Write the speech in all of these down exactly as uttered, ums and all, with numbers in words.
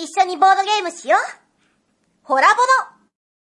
一緒にボードゲームしよう。ホラボド。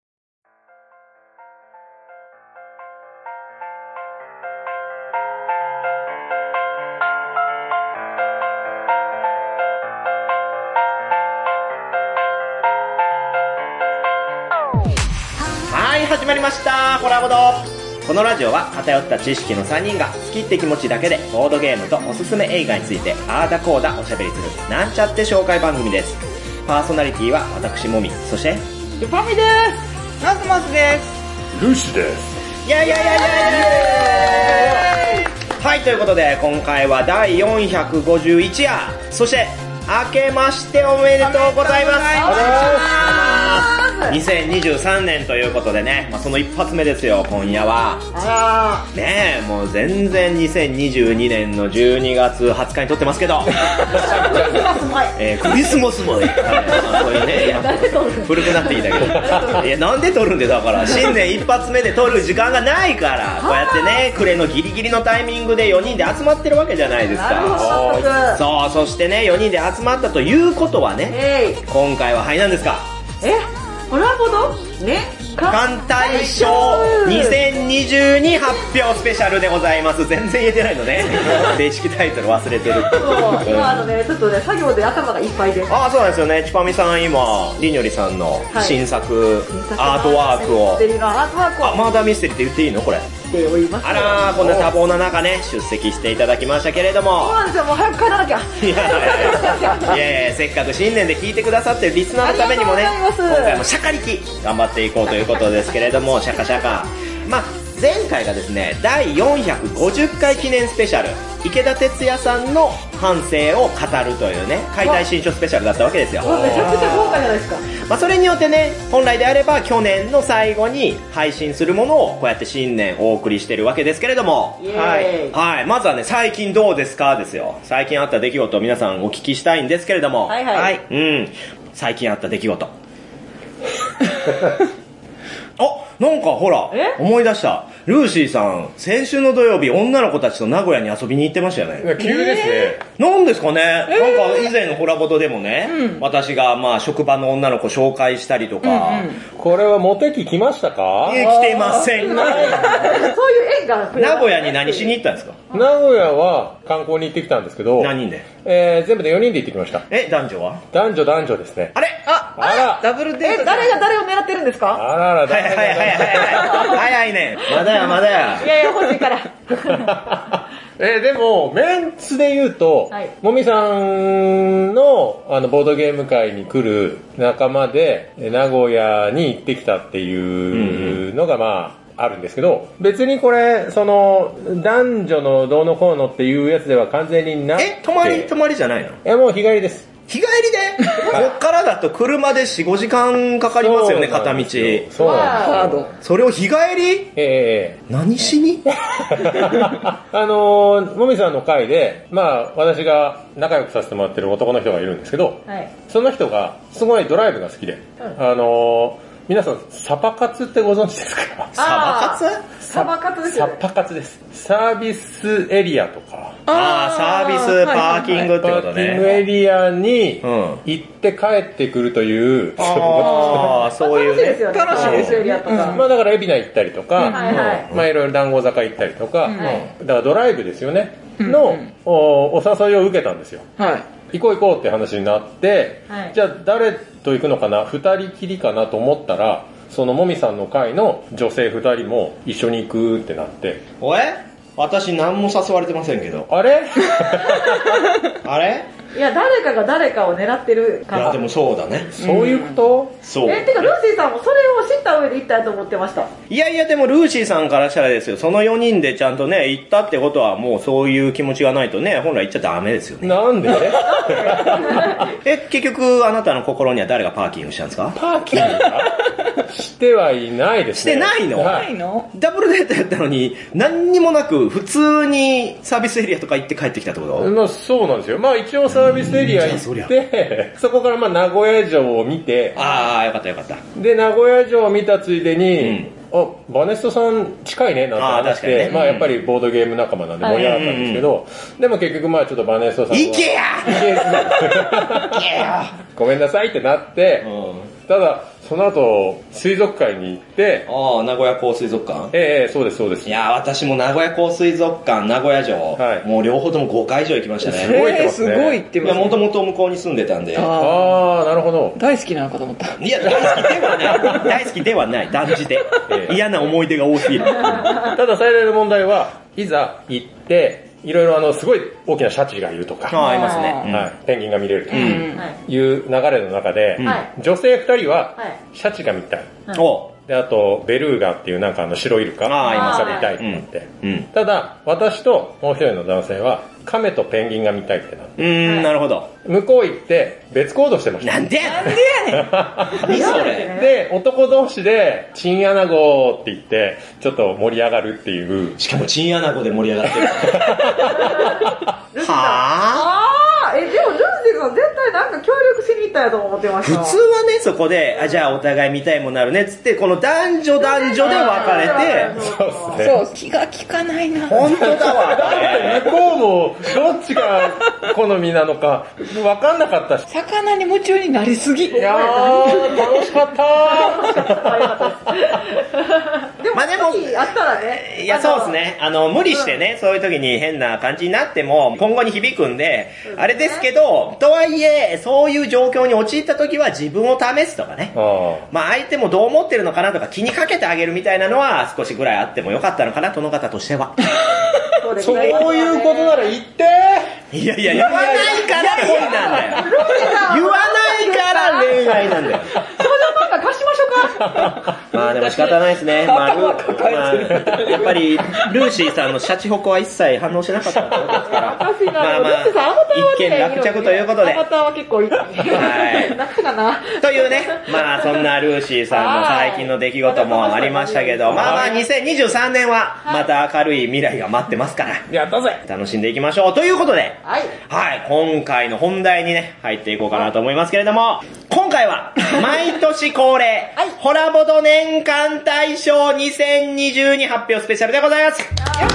はい、始まりました。ホラボド。このラジオは偏った知識のさんにんが好きって気持ちだけでボードゲームとおすすめ映画についてあーだこーだおしゃべりするなんちゃって紹介番組です。パーソナリティは私もみ、そしてルパミです。ナスマスです。 ルシです。 イェイイェイイェイイェイイェイ。はい、ということで今回はだいよんひゃくごじゅういち夜、そして明けましておめでとうございます。にせんにじゅうさんねんということでね、まあ、その一発目ですよ、今夜は。 あらねえ、もう全然にせんにじゅうにねんのじゅうにがつはつかに撮ってますけどえー、クリスマスもね、まあ、そういうね、いや古くなっていいんだけどいや、なんで撮るんで、だから新年一発目で撮る時間がないからこうやってね、暮れのギリギリのタイミングでよにんで集まってるわけじゃないですか。そう、そしてね、よにんで集まったということはね、今回ははい、なんですか？ えホラボドね、 艦隊賞にせんにじゅうに発表スペシャルでございます。全然言えてないのね正式タイトル忘れてる。 そう、今あのね、ちょっとね、作業で頭がいっぱいです。 ああ、そうなんですよね。ちぱみさん今りにょりさんの新作、はい、アートワークを、 ミステリーのアートワークを、 あ、マーダーミステリーって言っていいのこれ？ しております。 あらー、こんな多忙な中ね、出席していただきましたけれども。 そうなんですよ、もう早く帰らなきゃ。 いやいやいやいやいや、せっかく新年で聞いてくださってるリスナーのためにもね、今回もシャカリキ頑張っていこうということですけれども、シャカシャカ。まあ前回がですね、だいよんひゃくごじゅっかい記念スペシャル、池田哲也さんの半生を語るというね、解体新書スペシャルだったわけですよ。 めちゃくちゃ豪華じゃないですか。 まあそれによってね、本来であれば去年の最後に配信するものをこうやって新年お送りしてるわけですけれども、はい、はい、まずはね、最近どうですかですよ。最近あった出来事を皆さんお聞きしたいんですけれども、 はいはい、はい、 うん、最近あった出来事あ、なんかほら、思い出した。ルーシーさん、先週の土曜日、女の子たちと名古屋に遊びに行ってましたよね。 急ですね。 なんですかね、えー、なんか以前のホラボトでもね、うん、私がまあ職場の女の子紹介したりとか。うんうん、 これはモテ期来ましたか？ いえ、来てません。そういう縁が。 名古屋に何しに行ったんですか？ 名古屋は観光に行ってきたんですけど。 何人で？ えー、全部でよにんで行ってきました。 え、男女は？ 男女男女ですね。 あれ？ あ、 あら、 ダブルデート。え、誰が誰を狙ってるんですか？ あらら、 早い早い早い早い早いね。まだやまだや。 いやいや、欲しいから。 えー、でも、メンツで言うと、はい、もみさんの、あの、ボードゲーム会に来る仲間で、名古屋に行ってきたっていうのが、まあ、あるんですけど、別にこれ、その、男女のどうのこうのっていうやつでは完全になくて。 え、泊まり、泊まりじゃないの？ え、もう日帰りです。 日帰りでこっからだと車でよん、ごじかんかかりますよね、片道。 そうなんですよ。 それを日帰り？ ええー。 何しにあのー、もみさんの会で、まあ、私が仲良くさせてもらってる男の人がいるんですけど、はい、その人がすごいドライブが好きで、うん、あのー、皆さん、サパ活ってご存知ですか？ サバ活？ サバ活ですよね。 サパ活です。サービスエリアとか。 ああ、サービスパーキングってことね。 パーキングエリアに行って帰ってくるという。 うん、ああ、そういうね。 楽しいですよ、エリアとか。 まあだから海老名行ったりとか、はいはい、まあいろいろ談合坂行ったりとか、うん、だからドライブですよね。の、うん、お, お誘いを受けたんですよ。はい。行こう行こうって話になって、はい、じゃあ誰と行くのかな、二人きりかなと思ったら、そのもみさんの会の女性二人も一緒に行くってなって。 おえ？私何も誘われてませんけど。 あれあれ？ いや、誰かが誰かを狙ってるか。いや、でもそうだね。 そういうこと、 うん、そう。 え、てか、ルーシーさんもそれを知った上で行ったと思ってました。 いやいや、でもルーシーさんからしたらですよ、そのよにんでちゃんとね、行ったってことはもうそういう気持ちがないとね、本来行っちゃダメですよね。 なんでえ、結局、あなたの心には誰がパーキングしたんですか？ パーキングしてはいないですね。 してないの？ はい、のダブルデートやったのに、何にもなく、普通にサービスエリアとか行って帰ってきたってこと？ まあそうなんですよ。まあ一応サービスエリア行って、そこからまあ名古屋城を見て、 ああ、よかったよかった。 で、名古屋城を見たついでに、うん、 あ、バネストさん近いねなんて話して、ね、まあやっぱりボードゲーム仲間なんで盛り上がったんですけど、うんうんうん、でも結局まあちょっとバネストさんは行けや行けやごめんなさいってなって、うん、ただその後水族館に行って、 ああ、名古屋港水族館、 ええそうですそうです。 いや私も名古屋港水族館、名古屋城、はい、もう両方ともごかい以上行きましたね。 すごいってますね。すごいってますね。 もともと向こうに住んでたんで。 ああ、なるほど。 大好きなのかと思った。 いや、大好きではない。大好きではない。断じて。ええ、嫌な思い出が多すぎる。 ただ最大の問題は、いざ行って、いろいろあの、すごい大きなシャチがいるとか。 ああ、いますね。 はい。ペンギンが見れるとか。いう流れの中で、女性二人は、シャチが見たい。で、あと、ベルーガっていうなんかあの白イルカが見たいってなって。ただ、私ともう一人の男性は、カメとペンギンが見たいってなって。 うーん、なるほど。 向こう行って、別行動してました。 なんでやなんでやねん何それで、男同士で、チンアナゴって言って、ちょっと盛り上がるっていう。 しかもチンアナゴで盛り上がってる。はぁあー、え、でもルーシーさん絶対なんか協力しに行ったやと思ってました。 普通はね、そこで、あ、じゃあお互い見たいもんなるねっつって、この男女男女で分かれて、 そうですね。 そう、気が利かないな。 本当だわ。 向こうも、どっちが好みなのか、分かんなかったし。 魚に夢中になりすぎ。いやー、楽しかったー。 でも、まあでも、あったらね。 いや、そうですね。あの、無理してね、そういう時に変な感じになっても、今後に響くんで、あれですけど、とはいえ、そういう状況に陥った時は自分を試すとかね。まあ相手もどう思ってるのかなとか気にかけてあげるみたいなのは少しぐらいあってもよかったのかな、その方としては。 そういうことなら言っていやいや、言わないから恋なんだよ。言わないから恋愛なんだよ。 少女漫画貸しましょうか。 まあでも仕方ないですね。まあ、まあ、やっぱり、ルーシーさんのシャチホコは一切反応しなかったってことですから。まあまあ、一見落着ということで。 アバターは結構いい。はい。楽だな。 というね、まあそんなルーシーさんの最近の出来事もありましたけど、まあまあにせんにじゅうさんねんはまた明るい未来が待ってますから。 やったぜ。 楽しんでいきましょう。ということで、 はい。 はい、今回の本題にね、入っていこうかなと思いますけれども、今回は、毎年恒例、はい、ホラボド年間大賞にせんにじゅうに発表スペシャルでございます。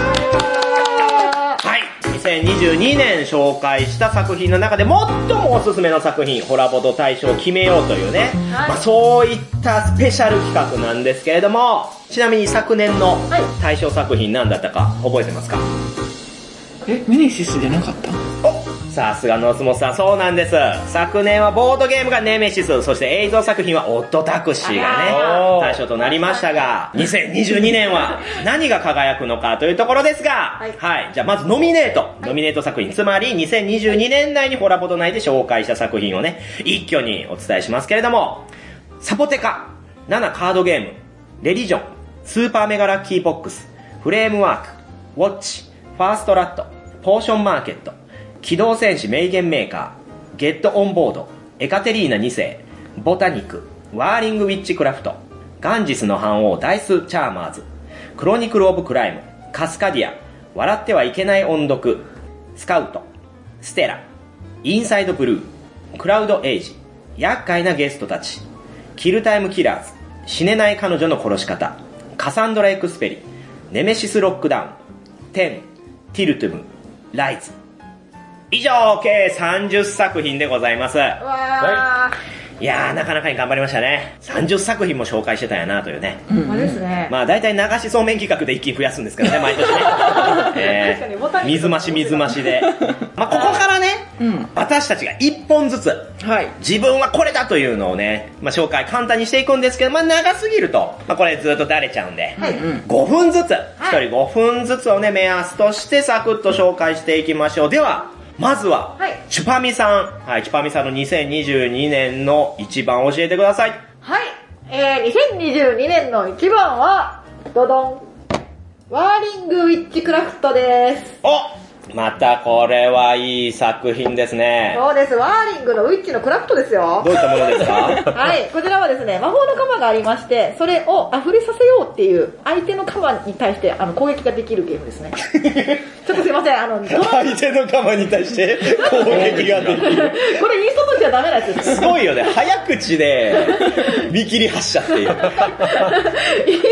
はい、にせんにじゅうにねん紹介した作品の中で最もおすすめの作品、ホラボド大賞を決めようというね、はい、まあそういったスペシャル企画なんですけれども、ちなみに昨年の大賞作品何だったか覚えてますか？ え、メネシスじゃなかった？ お、さすがノースモスさん、そうなんです。昨年はボードゲームがネメシス、そして映像作品はオッドタクシーがね、対象となりましたが、にせんにじゅうにねんは何が輝くのかというところですが、はい、はい、じゃあまずノミネート、ノミネート作品、つまりにせんにじゅうにねん内にホラボド内で紹介した作品をね、一挙にお伝えしますけれども、サポテカ、ななカードゲーム、レリジョン、スーパーメガラッキーボックス、フレームワーク、ウォッチ、ファーストラット、ポーションマーケット、機動戦士名言メーカー、ゲットオンボード、エカテリーナにせい、ボタニック、ワーリングウィッチクラフト、ガンジスの反王ダイスチャーマーズ、クロニクルオブクライム、カスカディア、笑ってはいけない音読、スカウト、ステラ、インサイドブルー、クラウドエイジ、厄介なゲストたち、キルタイムキラーズ、死ねない彼女の殺し方、カサンドラエクスペリ、ネメシスロックダウン、テン、ティルトゥム、ライズ。以上、計さんじゅっさく品でございます。 わいやー、なかなかに頑張りましたね。さんじゅっさく品も紹介してたんやなというね。 うん、ですね。 まあ大体流しそうめん企画で一気に増やすんですけどね、毎年ね。えー、水増し水増しで。まあここからね、うん、私たちがいっぽんずつ、はい、自分はこれだというのをね、まあ紹介簡単にしていくんですけど、まあ長すぎると、まあこれずっとだれちゃうんで、はい、ごふんずつ、ひとりごふんずつをね、目安としてサクッと紹介していきましょう。では、まずは、はい、チュパミさん。はい、チュパミさんのにせんにじゅうにねんの一番教えてください。 はい、えー、にせんにじゅうにねんの一番は、ドドン。ワーリングウィッチクラフトです。 お、またこれはいい作品ですね。 そうです。ワーリングのウィッチのクラフトですよ。 どういったものですか？ はい。こちらはですね、魔法の鎌がありまして、それを溢れさせようっていう、相手の鎌に対してあの攻撃ができるゲームですね。ちょっとすいません、あの、 相手の鎌に対して攻撃ができる。 これインストとしてはダメなやつです。 すごいよね。早口で見切り発射っていう。 インストの時はち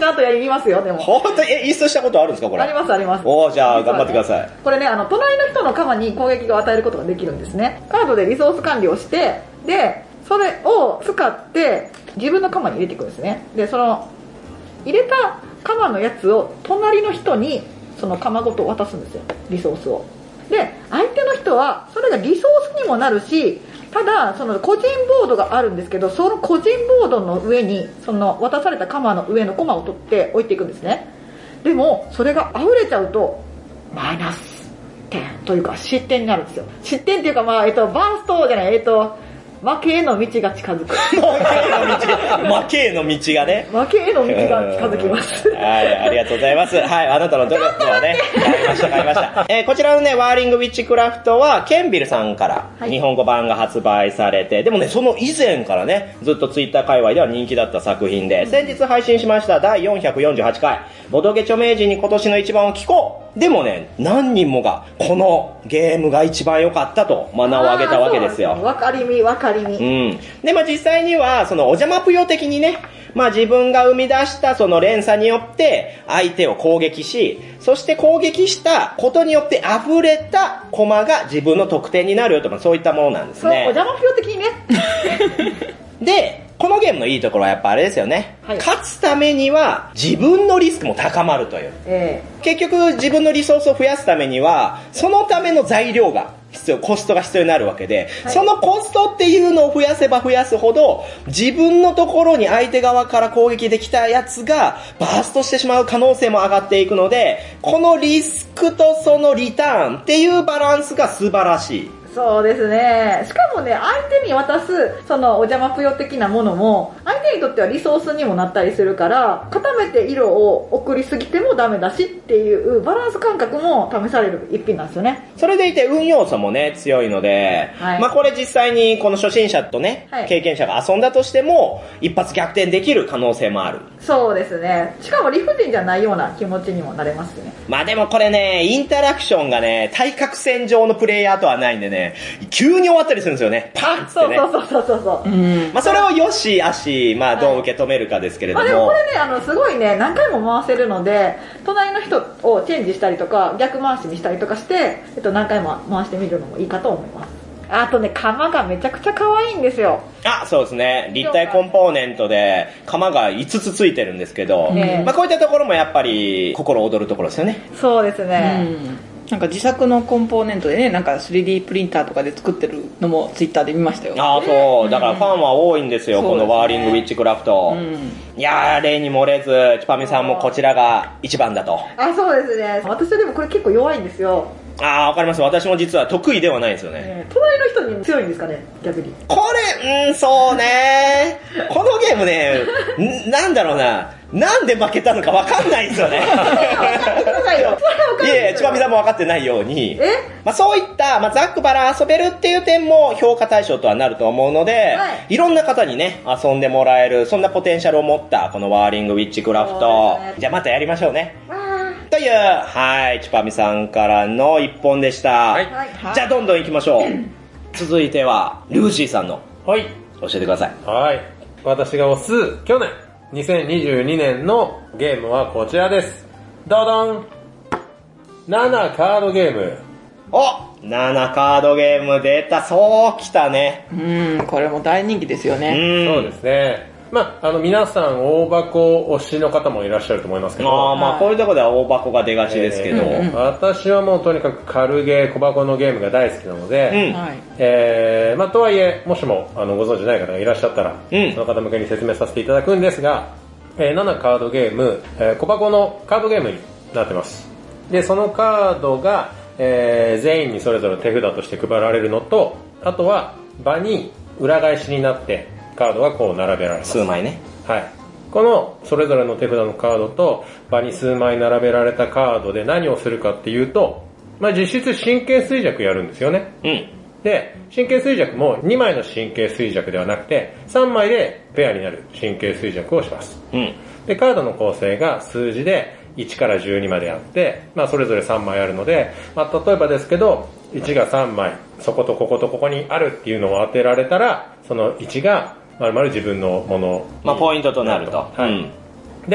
ちゃんとやりますよ、でも。 本当に、え、イーストしたことあるんですか、これ。 あります、あります。 おー、じゃあ、頑張ってください。 これね、あの、隣の人の鎌に攻撃を与えることができるんですね。カードでリソース管理をして、で、それを使って、自分の鎌に入れていくんですね。で、その、入れた鎌のやつを、隣の人に、その鎌ごと渡すんですよ、リソースを。で、相手の人は、それがリソースにもなるし、ただ、その個人ボードがあるんですけど、その個人ボードの上に、その渡された鎌の上のコマを取って置いていくんですね。でも、それが溢れちゃうと、マイナス点というか失点になるんですよ。失点っていうか、まあ、えっと、バーストじゃない、えっと、負けへの道が近づく。 負けへの道、負けへの道がね。 負けへの道が近づきます。 はい、ありがとうございます。はい、あなたの努力はね、買いました、買いました。えー、こちらのね、ワーリングウィッチクラフトは、ケンビルさんから日本語版が発売されて、はい、でもね、その以前からね、ずっとツイッター界隈では人気だった作品で、先日配信しましただいよんひゃくよんじゅうはちかい、ボドゲ著名人に今年の一番を聞こう。でもね、何人もが、このゲームが一番良かったと、まあ、名を挙げたわけですよ。 わかりみ、わかりみ。 うん。で、まあ、実際には、その、お邪魔ぷよ的にね、まあ、自分が生み出したその連鎖によって、相手を攻撃し、そして攻撃したことによって溢れたコマが自分の得点になるよとか、そういったものなんですね。 そう、お邪魔ぷよ的にね。 で、このゲームのいいところはやっぱあれですよね。はい、勝つためには自分のリスクも高まるという。えー、結局自分のリソースを増やすためには、そのための材料が必要、コストが必要になるわけで、はい、そのコストっていうのを増やせば増やすほど、自分のところに相手側から攻撃できたやつがバーストしてしまう可能性も上がっていくので、このリスクとそのリターンっていうバランスが素晴らしい。 そうですね。しかもね、相手に渡す、そのお邪魔ぷよ的なものも、相手にとってはリソースにもなったりするから、固めて色を送りすぎてもダメだしっていうバランス感覚も試される一品なんですよね。 それでいて運要素もね、強いので、はい、まあこれ実際にこの初心者とね、はい、経験者が遊んだとしても、一発逆転できる可能性もある。 そうですね。しかも理不尽じゃないような気持ちにもなれますね。 まあでもこれね、インタラクションがね、対角線上のプレイヤーとはないんでね、急に終わったりするんですよね。パンってね。 そうそうそうそうそう。うん、 まあそれをよしあし、まあどう受け止めるかですけれども。 はい、まあでもこれね、あの、すごいね、何回も回せるので、隣の人をチェンジしたりとか、逆回しにしたりとかして、えっと、何回も回してみるのもいいかと思います。あとね、釜がめちゃくちゃ可愛いんですよ。 あ、そうですね。立体コンポーネントで釜がいつつついてるんですけど、ね、まあこういったところもやっぱり心躍るところですよね。 そうですね。 うんなんか自作のコンポーネントでね、なんか スリーディー プリンターとかで作ってるのもツイッターで見ましたよ。 ああ、そう。だからファンは多いんですよ、うん、このワーリングウィッチクラフト。うん、いやー、例に漏れず、チパミさんもこちらが一番だと。 あ、そうですね。私でもこれ結構弱いんですよ。 ああ、わかります。私も実は得意ではないんですよね。 ね隣の人に強いんですかね、逆に。 これ、うん、そうね。このゲームね、なんだろうな。なんで負けたのか分かんないんですよね。分かってくださいよ。いやいや、ちばみさんも分かってないように。えまあそういった、まあざっくばらん遊べるっていう点も評価対象とはなると思うので、はい、いろんな方にね、遊んでもらえる、そんなポテンシャルを持ったこのワーリングウィッチクラフト。ね、じゃあまたやりましょうね。という、はい、ちぱみさんからの一本でした。はい、じゃあどんどん行きましょう。続いては、ルーシーさんの。はい。教えてください。 はい。私が推す、去年、にせんにじゅうにねんのゲームはこちらです。ドドン !なな カードゲーム。 お !なな カードゲーム出た。そう来たね。 うん、これも大人気ですよね。 そうですね。まあ、あの皆さん大箱推しの方もいらっしゃると思いますけど、 あまあこういうところでは大箱が出がちですけど、えー、私はもうとにかく軽ゲー小箱のゲームが大好きなので、うんえーまあ、とはいえもしもあのご存知ない方がいらっしゃったら、うん、その方向けに説明させていただくんですが、えー、ななカードゲーム、えー、小箱のカードゲームになってます。でそのカードが、えー、全員にそれぞれ手札として配られるのと、あとは場に裏返しになってカードがこう並べられます。 数枚ね。 はい。このそれぞれの手札のカードと場に数枚並べられたカードで何をするかっていうと、まあ実質神経衰弱やるんですよね。うん。で、神経衰弱もにまいの神経衰弱ではなくてさんまいでペアになる神経衰弱をします。うん。で、カードの構成が数字でいちからじゅうにまであって、まあそれぞれさんまいあるので、まあ例えばですけど、いちがさんまい、そことこことここにあるっていうのを当てられたら、そのいちがまるまる自分のもの、 まあポイントとなると。 はい。うん、で、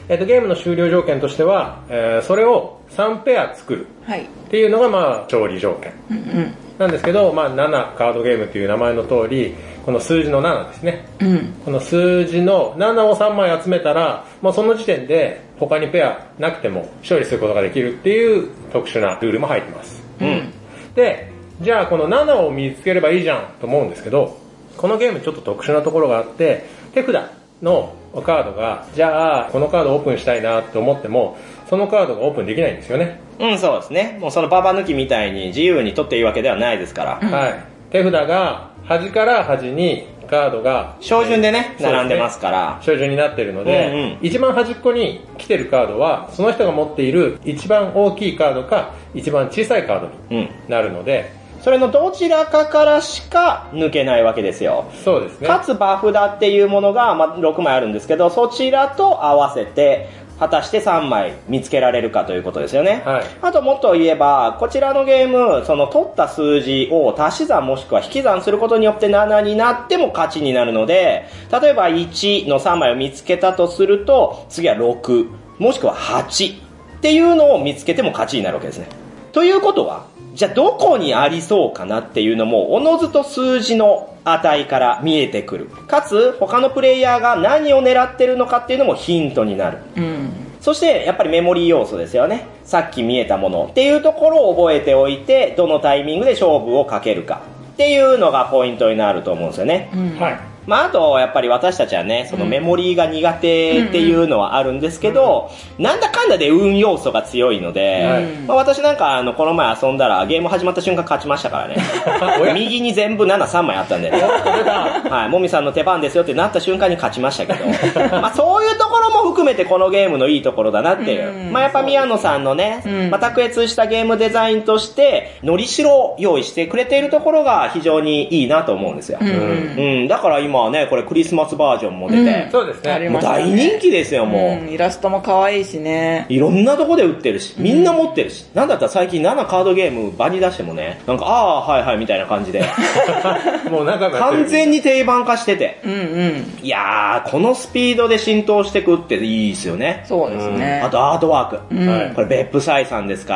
えっと、ゲームの終了条件としては、えー、それをさんペア作るっていうのが、まあ、勝利条件、うんうん、なんですけど、まあ、ななカードゲームという名前の通り、この数字のななですね、うん、この数字のななをさんまい集めたら、もうその時点で他にペアなくても勝利することができるっていう特殊なルールも入ってます、うん、で、じゃあこのななを見つければいいじゃんと思うんですけど、このゲームちょっと特殊なところがあって、手札のカードが、じゃあこのカードオープンしたいなと思っても、そのカードがオープンできないんですよね。 うん、そうですね。もうそのババ抜きみたいに自由に取っていいわけではないですから。 はい。手札が端から端にカードが照準でね、並んでますから。 照準になってるので、うんうん、一番端っこに来てるカードは、その人が持っている一番大きいカードか、一番小さいカードになるので、 うん、それのどちらかからしか抜けないわけですよ。 そうですね。 かつバフ札っていうものが、まあ、ろくまいあるんですけど、そちらと合わせて、果たしてさんまい見つけられるかということですよね。はい、あともっと言えば、こちらのゲーム、その取った数字を足し算もしくは引き算することによってななになっても勝ちになるので、例えばいちのさんまいを見つけたとすると、次はろく、もしくははちっていうのを見つけても勝ちになるわけですね。ということは、じゃあどこにありそうかなっていうのも、おのずと数字の値から見えてくる。かつ、他のプレイヤーが何を狙ってるのかっていうのもヒントになる。うん、そして、やっぱりメモリー要素ですよね。さっき見えたものっていうところを覚えておいて、どのタイミングで勝負をかけるかっていうのがポイントになると思うんですよね。うん、はい。まあ、あと、やっぱり私たちはね、そのメモリーが苦手っていうのはあるんですけど、うん、なんだかんだで運要素が強いので、うん、まあ、私なんか、あの、この前遊んだら、ゲーム始まった瞬間勝ちましたからね。右に全部なな、さんまいあったんでね。はい、もみさんの手番ですよってなった瞬間に勝ちましたけど、まあ、そういうところも含めてこのゲームのいいところだなっていう。うん、まあ、やっぱ宮野さんのね、うん、まあ、卓越したゲームデザインとして、のりしろを用意してくれているところが非常にいいなと思うんですよ。うん。うん、だから今、ね、これクリスマスバージョンも出て、うん、 そうですね。 もう大人気ですよ、もう、 うん。イラストも可愛いしね。 いろんなとこで売ってるし、みんな持ってるし。うん、なんだったら最近ななカードゲーム場に出してもね、なんか、ああー、はいはいみたいな感じで。もうなんか完全に定番化してて。うんうん。いやー、このスピードで浸透してくっていいですよね。 そうですね。 うん、あとアートワーク。うん、これ別府斎さんですから、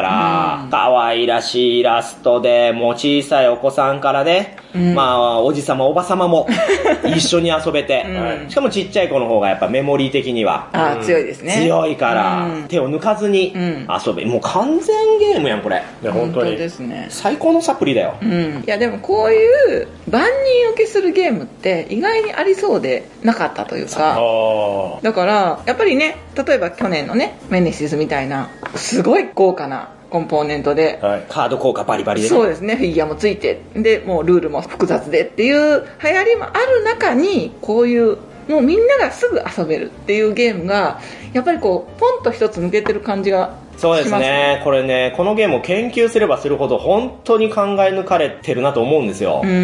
うん、可愛らしいイラストで、もう小さいお子さんからね、うん、まあ、おじさまおばさまも一緒に遊べて、うん、しかもちっちゃい子の方がやっぱメモリー的には、 あ、強いですね。 強いから、うん、手を抜かずに遊べ、もう完全ゲームやん、これ。 いや、本当に。 ですね。 最高のサプリだよ。 うん。いや、でもこういう万人受けするゲームって意外にありそうでなかったというか、だから、やっぱりね、例えば去年のね、メネシスみたいな、すごい豪華な、コンポーネントで、 はい、カード効果バリバリで、ね、 そうですね、フィギュアもついて、でもうルールも複雑でっていう流行りもある中に、こういうもうみんながすぐ遊べるっていうゲームがやっぱりこうポンと一つ抜けてる感じがしますね。 そうですね。これね、このゲームを研究すればするほど本当に考え抜かれてるなと思うんですよ。うん、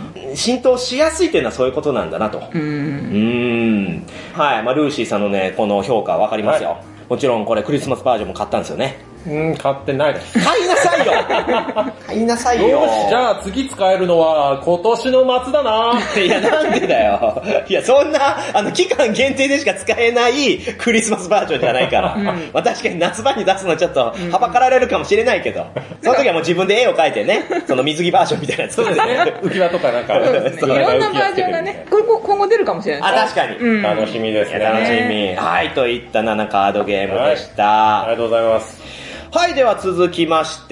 浸透しやすいっていうのはそういうことなんだなと。うん、うーん、はい、まあ、ルーシーさんのねこの評価わかりますよ。はい、もちろんこれクリスマスバージョンも買ったんですよね。 うん、買ってないです。 買いなさいよ買いなさいよ。 よし、じゃあ次使えるのは今年の末だな。 いや、なんでだよ。いや、そんな、あの、期間限定でしか使えないクリスマスバージョンじゃないから。うん、まあ確かに夏場に出すのちょっと、はばかられるかもしれないけど、その時はもう自分で絵を描いてね、その水着バージョンみたいなやつ。 そうですね。浮き輪とかなんか。そうですね。いろんなバージョンがね、これ今後出るかもしれない。 あ、確かに。うん、 楽しみですね。 楽しみ。はい、といったななカードゲームでした。 はい、ありがとうございます。 はい、では続きまして、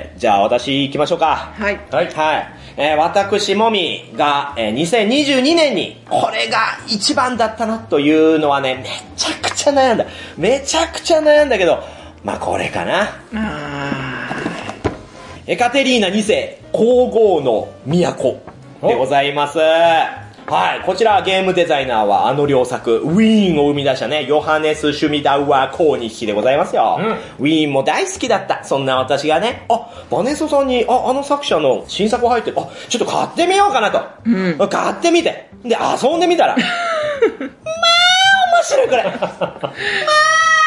じゃあ私行きましょうか。 はい。 はい。はい。えー、私もみが、えー、にせんにじゅうにねんに、これが一番だったなというのはね、めちゃくちゃ悩んだ。めちゃくちゃ悩んだけど、まあこれかな。あエカテリーナにせい、皇后の都でございます。はい。こちらゲームデザイナーはあの良作、ウィーンを生み出したね、ヨハネス・シュミダウアー・コーニッヒでございますよ、うん。ウィーンも大好きだった。そんな私がね、あ、バネソさんに、あ、あの作者の新作入ってる。あ、ちょっと買ってみようかなと。うん、買ってみて。で、遊んでみたら。まあ、面白いこれ。まあ、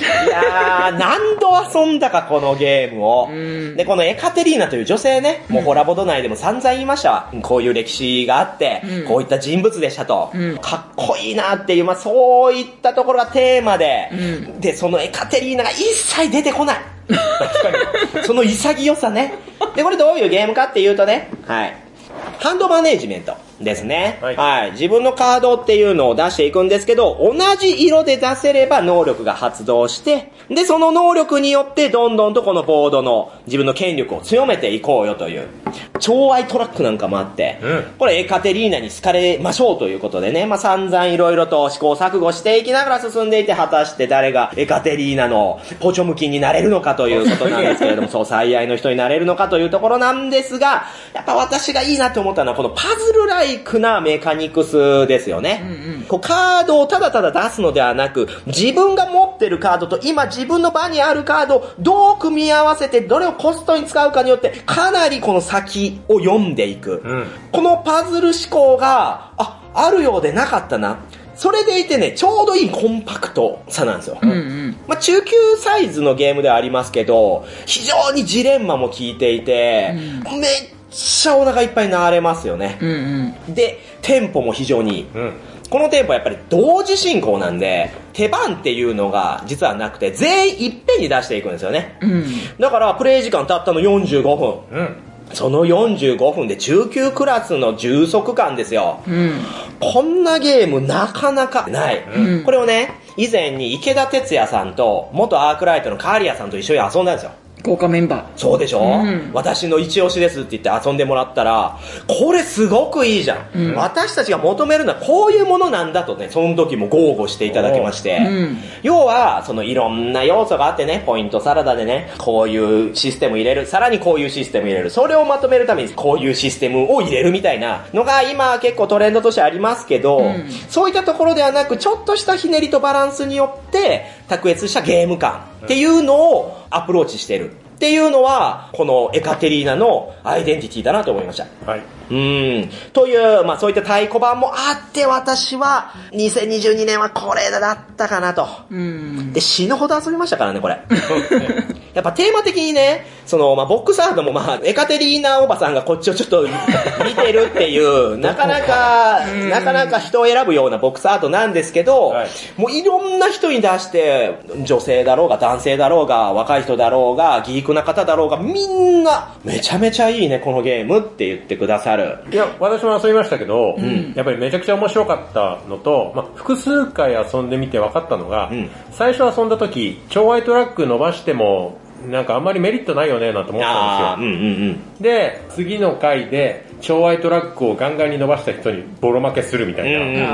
いやー、何度遊んだか、このゲームを。で、このエカテリーナという女性ね、もうホラボド内でも散々言いましたわ。こういう歴史があって、うん、こういった人物でしたと。うん、かっこいいなっていう、まあそういったところがテーマで、うん、で、そのエカテリーナが一切出てこない。確かに。その潔さね。で、これどういうゲームかっていうとね、はい。ハンドマネージメントですね、はい。はい。自分のカードっていうのを出していくんですけど、同じ色で出せれば能力が発動して、で、その能力によってどんどんとこのボードの自分の権力を強めていこうよという、超愛トラックなんかもあって、うん、これエカテリーナに好かれましょうということでね、まあ散々いろいろと試行錯誤していきながら進んでいて、果たして誰がエカテリーナのポチョムキンになれるのかということなんですけれども、そう最愛の人になれるのかというところなんですが、やっぱ私がいいなって思ったのはこのパズルライクなメカニクスですよね。うんうん、こうカードをただただ出すのではなく、自分が持ってるカードと今自分の場にあるカードをどう組み合わせてどれをコストに使うかによってかなりこの先を読んでいく。うん、このパズル思考が、あ、あるようでなかったな。それでいてね、ちょうどいいコンパクトさなんですよ。うんうん、まあ、中級サイズのゲームではありますけど、非常にジレンマも効いていて、うん、めっちゃお腹いっぱいになれますよね。うんうん、で、テンポも非常にいい。うん、このテンポはやっぱり同時進行なんで、手番っていうのが実はなくて、全員いっぺんに出していくんですよね。うん、だからプレイ時間たったのよんじゅうごふん。うん、そのよんじゅうごふんで中級クラスの充足感ですよ。うん、こんなゲームなかなかない。うん、これをね、以前に池田哲也さんと元アークライトのカーリアさんと一緒に遊んだんですよ。 豪華メンバー。 そうでしょ、うん、私の一押しですって言って遊んでもらったら、これすごくいいじゃん、うん、私たちが求めるのはこういうものなんだとね、その時も豪語していただきまして、うん、要はそのいろんな要素があってね、ポイントサラダでね、こういうシステム入れる、さらにこういうシステム入れる、それをまとめるためにこういうシステムを入れるみたいなのが今結構トレンドとしてありますけど、うん、そういったところではなく、ちょっとしたひねりとバランスによって卓越したゲーム感っていうのをアプローチしてるっていうのは、このエカテリーナのアイデンティティだなと思いました。はい。うーん。という、まあそういった太鼓判もあって、私はにせんにじゅうにねんはこれだったかなと。うん。で、死ぬほど遊びましたからね、これ。やっぱテーマ的にね、その、まあボックスアートもまあ、エカテリーナおばさんがこっちをちょっと見てるっていう、なかなか、なかなか人を選ぶようなボックスアートなんですけど、はい、もういろんな人に出して、女性だろうが男性だろうが若い人だろうがギークな方だろうが、みんなめちゃめちゃいいねこのゲームって言ってくださる。 いや、私も遊びましたけど、うん、やっぱりめちゃくちゃ面白かったのと、まあ、複数回遊んでみて分かったのが、うん、最初遊んだ時超愛トラック伸ばしてもなんかあんまりメリットないよねなんて思ったんですよ。うんうんうん、で、次の回で超愛トラックをガンガンに伸ばした人にボロ負けするみたいな、うんうんうんうん、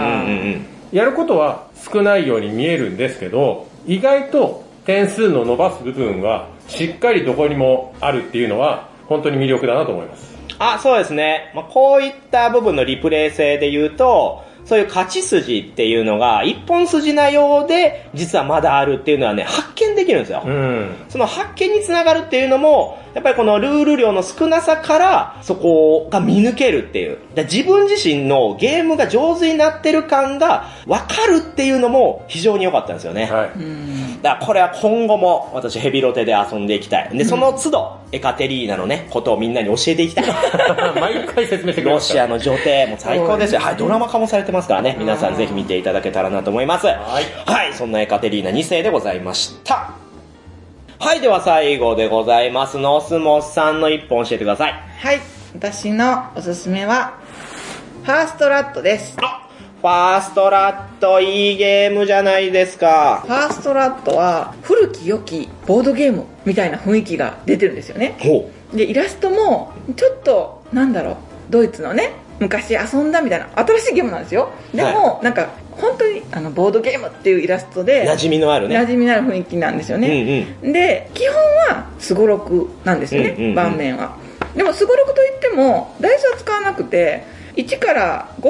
やることは少ないように見えるんですけど、意外と点数の伸ばす部分はしっかりどこにもあるっていうのは本当に魅力だなと思います。 あ、そうですね。まあ、こういった部分のリプレイ性で言うと、そういう勝ち筋っていうのが一本筋なようで実はまだあるっていうのはね、発見できるんですよ。うん、その発見につながるっていうのもやっぱりこのルール量の少なさからそこが見抜けるっていう、だ自分自身のゲームが上手になってる感が分かるっていうのも非常に良かったんですよね。はい、うんだからこれは今後も私ヘビロテで遊んでいきたい。で、その都度エカテリーナのねことをみんなに教えていきたい。 毎回説明してくれます。 ロシアの女帝も最高ですよ。はい、ドラマ化もされてますからね、皆さんぜひ見ていただけたらなと思います。はい、はい、そんなエカテリーナにせいでございました。はい、では最後でございますノスモスさんの一本教えてください。 はい、私のおすすめはファーストラットです。 あ、ファーストラットいいゲームじゃないですか。 ファーストラットは古き良きボードゲームみたいな雰囲気が出てるんですよね。ほう。で、イラストもちょっとなんだろう、ドイツのね昔遊んだみたいな新しいゲームなんですよ。でも、はい、なんか本当にあのボードゲームっていうイラストで馴染みのあるね、 馴染みのある雰囲気なんですよね。うんうん、で、基本はすごろくなんですよね、うんうんうん、盤面は。でもすごろくといってもダイスは使わなくていちからごほ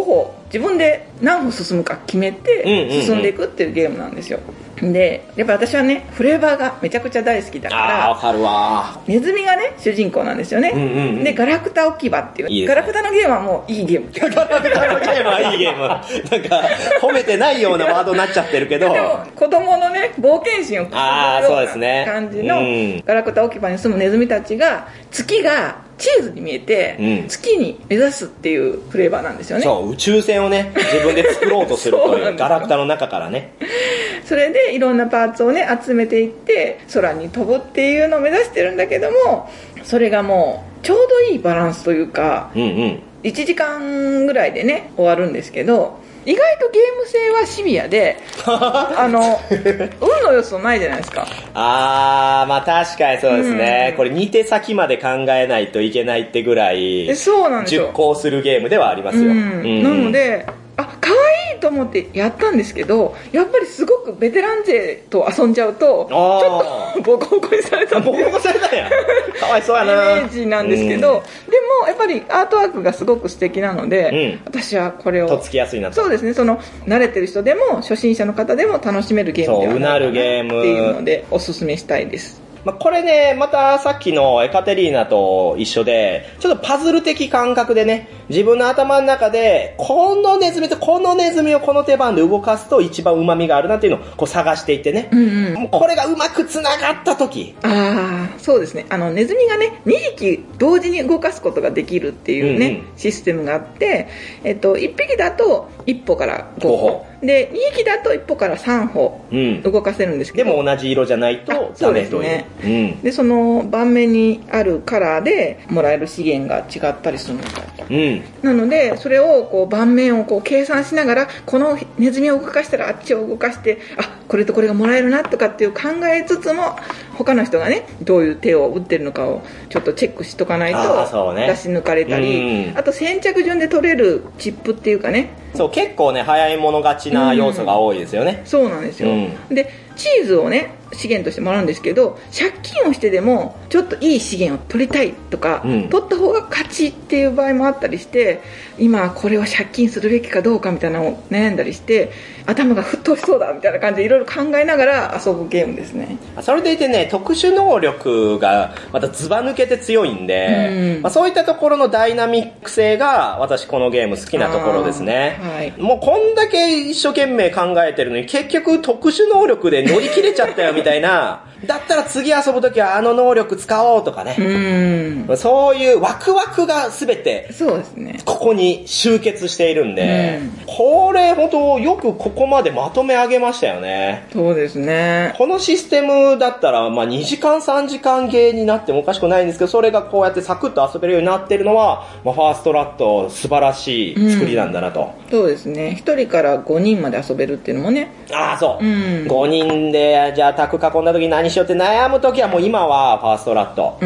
自分で何歩進むか決めて進んでいくっていうゲームなんですよ。でやっぱ私はねフレーバーがめちゃくちゃ大好きだからあーわかるわネズミがね主人公なんですよね、 うんうんうん、 でガラクタ置き場っていう、 いいですね、 ガラクタのゲームはもういいゲームガラクタのゲームはいいゲームなんか褒めてないようなワードになっちゃってるけどでも子供のね冒険心をくすぐるような感じのガラクタ置き場に住むネズミたちが月がチーズに見えて、うん、月に目指すっていうフレーバーなんですよね。 そう宇宙船をね自分で作ろうとするというガラクタの中からねそれでいろんなパーツをね集めていって空に飛ぶっていうのを目指してるんだけども、それがもうちょうどいいバランスというか、うんうん、いちじかんぐらいでね終わるんですけど、意外とゲーム性はシビアであの運の要素ないじゃないですか。 あーまあ確かにそうですね、うん、これに手先まで考えないといけないってぐらいそうなんですよ熟考するゲームではありますよ、うんうん、なのであ可愛いと思ってやったんですけど、やっぱりすごくベテラン勢と遊んじゃうとちょっとボコボコにされたボコボコされたんやかわいそうやなイメージなんですけど、うん、でもやっぱりアートワークがすごく素敵なので、うん、私はこれをとっつきやすいなと。 そうですね、その慣れてる人でも初心者の方でも楽しめるゲームではないかなっていうのでおすすめしたいです。 まあ、これね、またさっきのエカテリーナと一緒で、ちょっとパズル的感覚でね、自分の頭の中で、このネズミとこのネズミをこの手番で動かすと一番旨味があるなっていうのをこう探していってね、うんうん、もうこれがうまくつながった時。 ああ、そうですね。あの、ネズミがね、にひき同時に動かすことができるっていうね、うんうん、システムがあって、えっと、いっぴきだといっぽからごほ。でにひきだといっぽからさんほ動かせるんですけど、 うん、でも同じ色じゃないとダメという。 ね、うん、でその盤面にあるカラーでもらえる資源が違ったりするみたい、うん、なのでそれをこう盤面をこう計算しながら、このネズミを動かしたらあっちを動かして、あこれとこれがもらえるなとかっていう考えつつも、他の人がねどういう手を打ってるのかをちょっとチェックしとかないと出し抜かれたり、 あ,、ね、あと先着順で取れるチップっていうかね、 そう結構ね早い者勝ちな要素が多いですよね、 うん、そうなんですよ、うん、でチーズをね資源としてもらうんですけど、借金をしてでもちょっといい資源を取りたいとか、うん、取った方が勝ちっていう場合もあったりして、今これは借金するべきかどうかみたいなのを悩んだりして、頭が沸騰しそうだみたいな感じでいろいろ考えながら遊ぶゲームですね。 それでいてね、特殊能力がまたずば抜けて強いんで、うん、まあ、そういったところのダイナミック性が私このゲーム好きなところですね、はい、もうこんだけ一生懸命考えてるのに結局特殊能力で乗り切れちゃったよみたいなだったら次遊ぶときはあの能力使おうとかね、うん、そういうワクワクが全てそうですね、 ここに集結しているんで、うん、これ本当よくここまでまとめ上げましたよね。 そうですね。 このシステムだったら、まあ、にじかんさんじかんゲーになってもおかしくないんですけど、それがこうやってサクッと遊べるようになってるのは、まあ、ファーストラット素晴らしい作りなんだなと、 うん、そうですね。ひとりからごにんまで遊べるっていうのもね、 ああそう、うん、ごにんでじゃあ卓囲んだ時に何しようって悩む時はもう今はファーストラット、うん、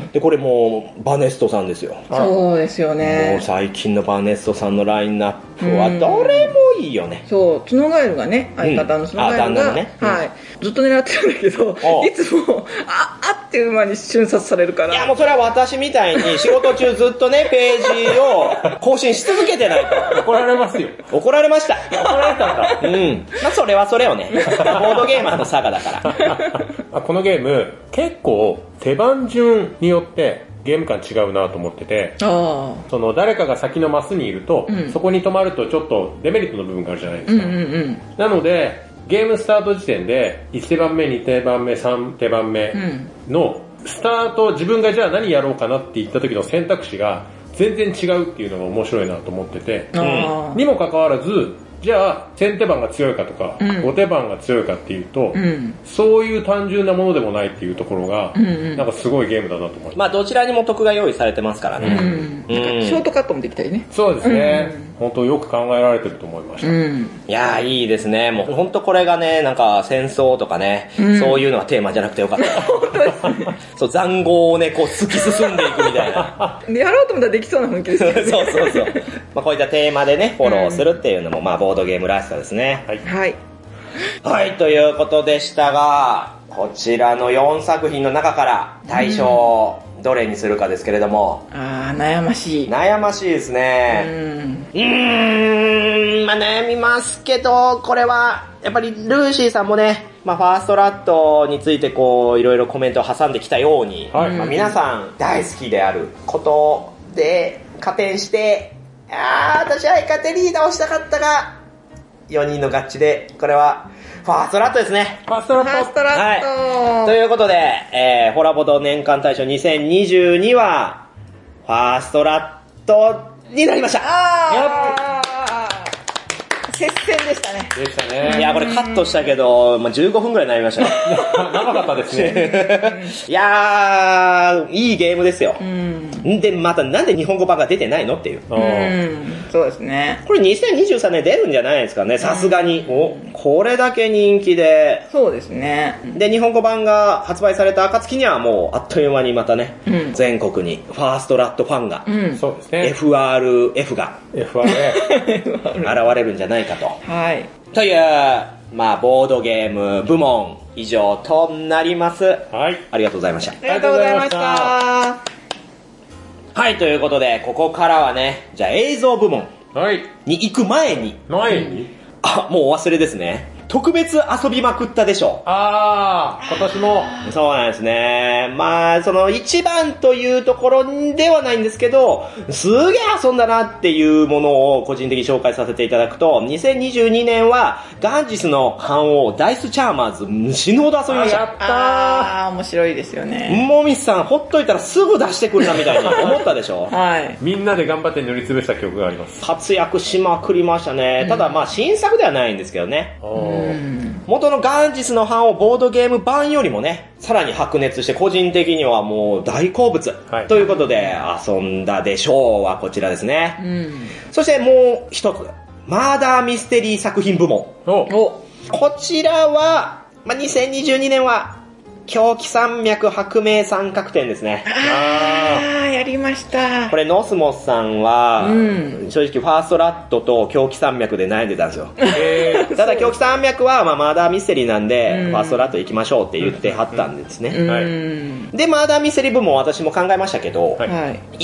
でこれもうバネストさんですよ。 そうですよね。 もう最近のバネストさんのラインナップはどれもいいよね、 うん、そうツノガエルがね、相方のツノガエルが、うんね、うん、はい、ずっと狙ってるんだけど、いつもああっていう間に瞬殺されるから。 いやもうそれは私みたいに仕事中ずっとねページを更新し続けてないと怒られますよ。 怒られました。 怒られたんだ。 うん。まあそれはそれをね、ボードゲーマーの差がだからこのゲーム結構手番順によってゲーム感違うなと思ってて、あその誰かが先のマスにいると、うん、そこに止まるとちょっとデメリットの部分があるじゃないですか、うんうんうん、なのでゲームスタート時点でいち手番目に手番目さん手番目のスタート、自分がじゃあ何やろうかなって言った時の選択肢が全然違うっていうのが面白いなと思ってて、うん、にもかかわらずじゃあ先手番が強いかとか、うん、後手番が強いかっていうと、うん、そういう単純なものでもないっていうところが、うんうん、なんかすごいゲームだなと思います。 まあどちらにも得が用意されてますからね、 うんうん、ショートカットもできたりね。 そうですね、うん、本当よく考えられてると思いました、うん、 いやーいいですね。もう本当これがね、なんか戦争とかね、うん、そういうのはテーマじゃなくてよかったそう塹壕をねこう突き進んでいくみたいなやろうと思ったらできそうな雰囲気ですよねそうそうそう、まあ、こういったテーマでねフォローするっていうのも、まあボードゲームらしさですね。 はい、はい、 はい、ということでしたが、こちらのよんさく品の中から大賞どれにするかですけれども。 あー、悩ましい。 悩ましいですね。うーん。うーん、まあ悩みますけど、これは、やっぱりルーシーさんもね、まあファーストラットについてこう、いろいろコメントを挟んできたように、はい、まあ皆さん大好きであることで加点して、あー、私はエカテリーナをしたかったが、よにんの合致で、これは、ファーストラットですね。 ファーストラット。 ファーストラット。 はい。ということで、えー、ホラボド年間大賞にせんにじゅうには、ファーストラットになりました。 あー。接戦でしたね。 でしたね。 いや、これカットしたけど、まあ、じゅうごふんくらいになりましたね。 長かったですね。 いやー、いいゲームですよ。うん。で、またなんで日本語版が出てないのっていう。 うん。そうですね。 これにせんにじゅうさんねん出るんじゃないですかね、さすがに。お、これだけ人気で。 そうですね。 で、日本語版が発売された暁にはもう、あっという間にまたね、うん、全国にファーストラットファンが、うん、そうですね。エフアールエフ が、エフアールエフ 現れるんじゃないかと。 はい。 という、まあ、ボードゲーム部門以上となります。はい。ありがとうございました。ありがとうございました。はい、 ということで、ここからはね、じゃあ映像部門に行く前に、 前にあ、もうお忘れですね。特別遊びまくったでしょ。 あー、今年も。 そうなんですね。まあ、その一番というところではないんですけど、すげえ遊んだなっていうものを個人的に紹介させていただくと、にせんにじゅうにねんはガンジスの版王ダイスチャーマーズ死ぬほど遊びました。 やったー。あー、面白いですよね。 もみさん、ほっといたらすぐ出してくるなみたいに思ったでしょ。 はい。 みんなで頑張って塗りつぶした記憶があります。 活躍しまくりましたね。うん、ただまあ新作ではないんですけどね。元のガンジスの版をボードゲーム版よりもね、さらに白熱して個人的にはもう大好物、はい、ということで遊んだでしょうはこちらですね、うん、そしてもう一つマーダーミステリー作品部門。こちらは、まあ、にせんにじゅうにねんは狂気山脈白明三角点ですね。 あー、やりました。 これノスモスさんは、うん、正直ファーストラットと狂気山脈で悩んでたんですよ。えー、ただ狂気山脈は、まあ、マーダーミステリーなんで、うん、ファーストラット行きましょうって言ってはったんですね。うんはい、で、マーダーミステリー部門私も考えましたけど、はい、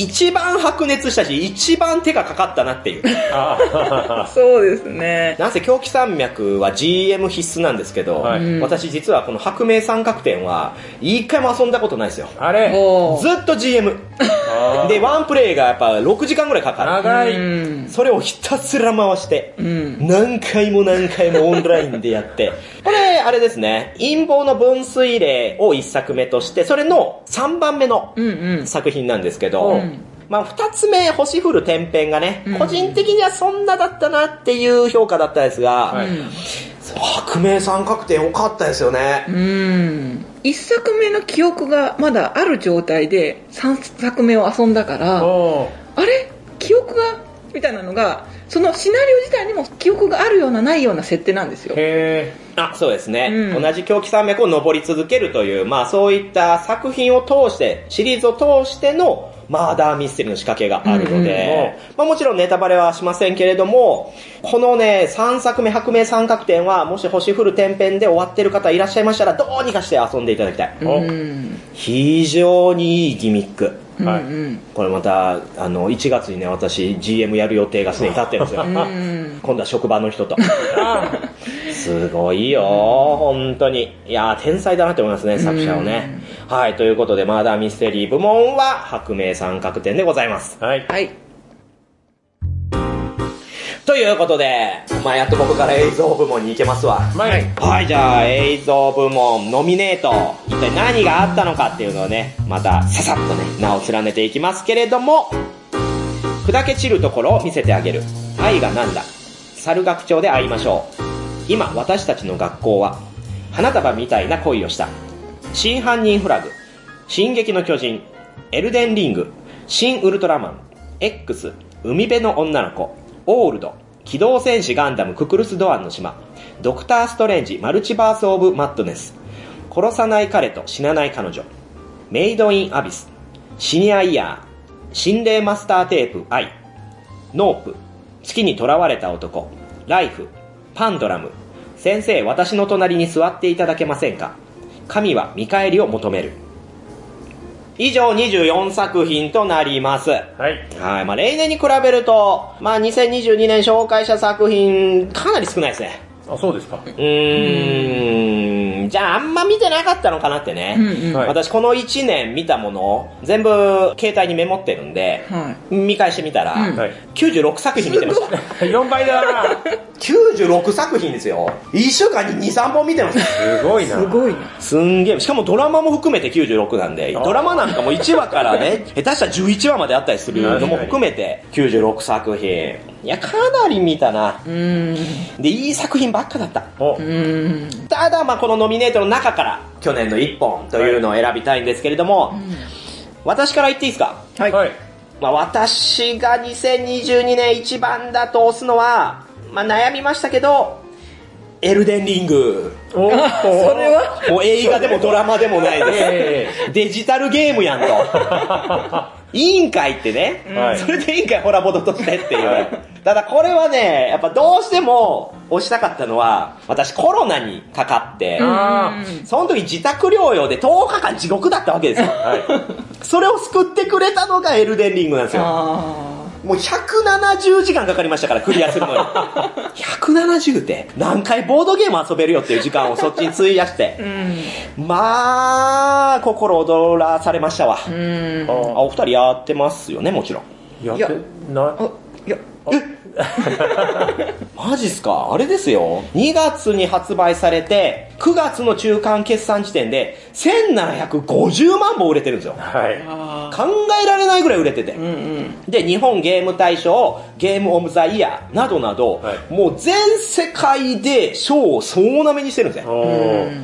一番白熱したし、一番手がかかったなっていう。 そうですね。 なんせ狂気山脈は ジーエム 必須なんですけど、はい、私実はこの白明三角点は一回も遊んだことないですよ。 あれずっと ジーエム でワンプレイがやっぱろくじかんぐらいかかる。 長い。 それをひたすら回して、うん、何回も何回もオンラインでやってこれあれですね、陰謀の分水嶺をいっさくめとして、それのさんばんめの作品なんですけど、うんうんまあ、二つ目、星降る天変がね、うん、個人的にはそんなだったなっていう評価だったですが、はい、白明三角点良かったですよね。 うん一作目の記憶がまだある状態で三作目を遊んだから、あれ記憶がみたいなのが、そのシナリオ自体にも記憶があるようなないような設定なんですよ。 へー。あ、そうですね。うん、同じ狂気山脈を登り続けるという、まあそういった作品を通して、シリーズを通してのマーダーミステリーの仕掛けがあるので、うんうん、まあもちろんネタバレはしませんけれども、このね、さんさくめ白明三角点は、もし星降る天変で終わってる方いらっしゃいましたら、どうにかして遊んでいただきたい。うん、非常にいいギミック。はい、これまたあのいちがつにね、私 ジーエム やる予定がすでに立ってるんですよ。今度は職場の人とすごいよ本当に。いやー天才だなって思いますね、作者をね。はい、ということでマーダーミステリー部門は白明三角点でございます。はい、はい、ということで、まあ、やっとここから映像部門に行けますわ。はい、はい、じゃあ映像部門ノミネート、一体何があったのかっていうのをね、またささっとね名を連ねていきますけれども、砕け散るところを見せてあげる、愛がなんだ、猿楽長で会いましょう、今私たちの学校は、花束みたいな恋をした、真犯人フラグ、進撃の巨人、エルデンリング、新ウルトラマン、 X、 海辺の女の子、オールド、機動戦士ガンダムククルスドアンの島、ドクターストレンジマルチバースオブマッドネス、殺さない彼と死なない彼女、メイドインアビス、シニアイヤー、心霊マスターテープアイ、ノープ、月に囚われた男、ライフ、パンドラム、先生私の隣に座っていただけませんか、神は見返りを求める。 以上にじゅうよんさく品となります。はい。はい。まあ、例年に比べると、まあ、にせんにじゅうにねん紹介した作品、かなり少ないですね。 あ、そうですか。 うーん。じゃあ、あんま見てなかったのかなってね。うんうん、私、このいちねん見たもの、全部、携帯にメモってるんで、はい、見返してみたら、うん、きゅうじゅうろくさく品見てました。 よんばいだなきゅうじゅうろくさく品ですよ。いっしゅうかんにに、さんぼん見てます。 すごいな。 すごいな。 すんげえ。しかもドラマも含めてきゅうじゅうろくなんで、ドラマなんかもいちわからね、下手したらじゅういちわまであったりするのも含めて、きゅうじゅうろくさく品。いや、かなり見たな。うん。で、いい作品ばっかだった。うん。ただ、まあこのノミネートの中から、去年のいっぽんというのを選びたいんですけれども、はい、私から言っていいですか？はい。はい。まあ私がにせんにじゅうにねん一番だと押すのは、まあ悩みましたけど、エルデンリング。おそれはもう映画でもドラマでもないです。デジタルゲームやんと。いいんかいってね、はい、それでいいんかいホラボドとしてっていう、はい、ただこれはねやっぱどうしても押したかったのは私コロナにかかって、うん、その時自宅療養でとおかかん地獄だったわけですよ、はい、それを救ってくれたのがエルデンリングなんですよ。もうひゃくななじゅうじかんかかりましたからクリアするのにひゃくななじゅうって何回ボードゲーム遊べるよっていう時間をそっちに費やして、うん、まあ心躍らされましたわ。うん、あお二人やってますよねもちろん。 やってないいやえマジっすか。あれですよ、にがつに発売されてくがつの中間決算時点でせんななひゃくごじゅうまんぼん売れてるんですよ、はい、考えられないぐらい売れてて、うんうん、で日本ゲーム大賞ゲームオブザイヤーなどなど、はい、もう全世界で賞を総なめにしてるんですよ、うん、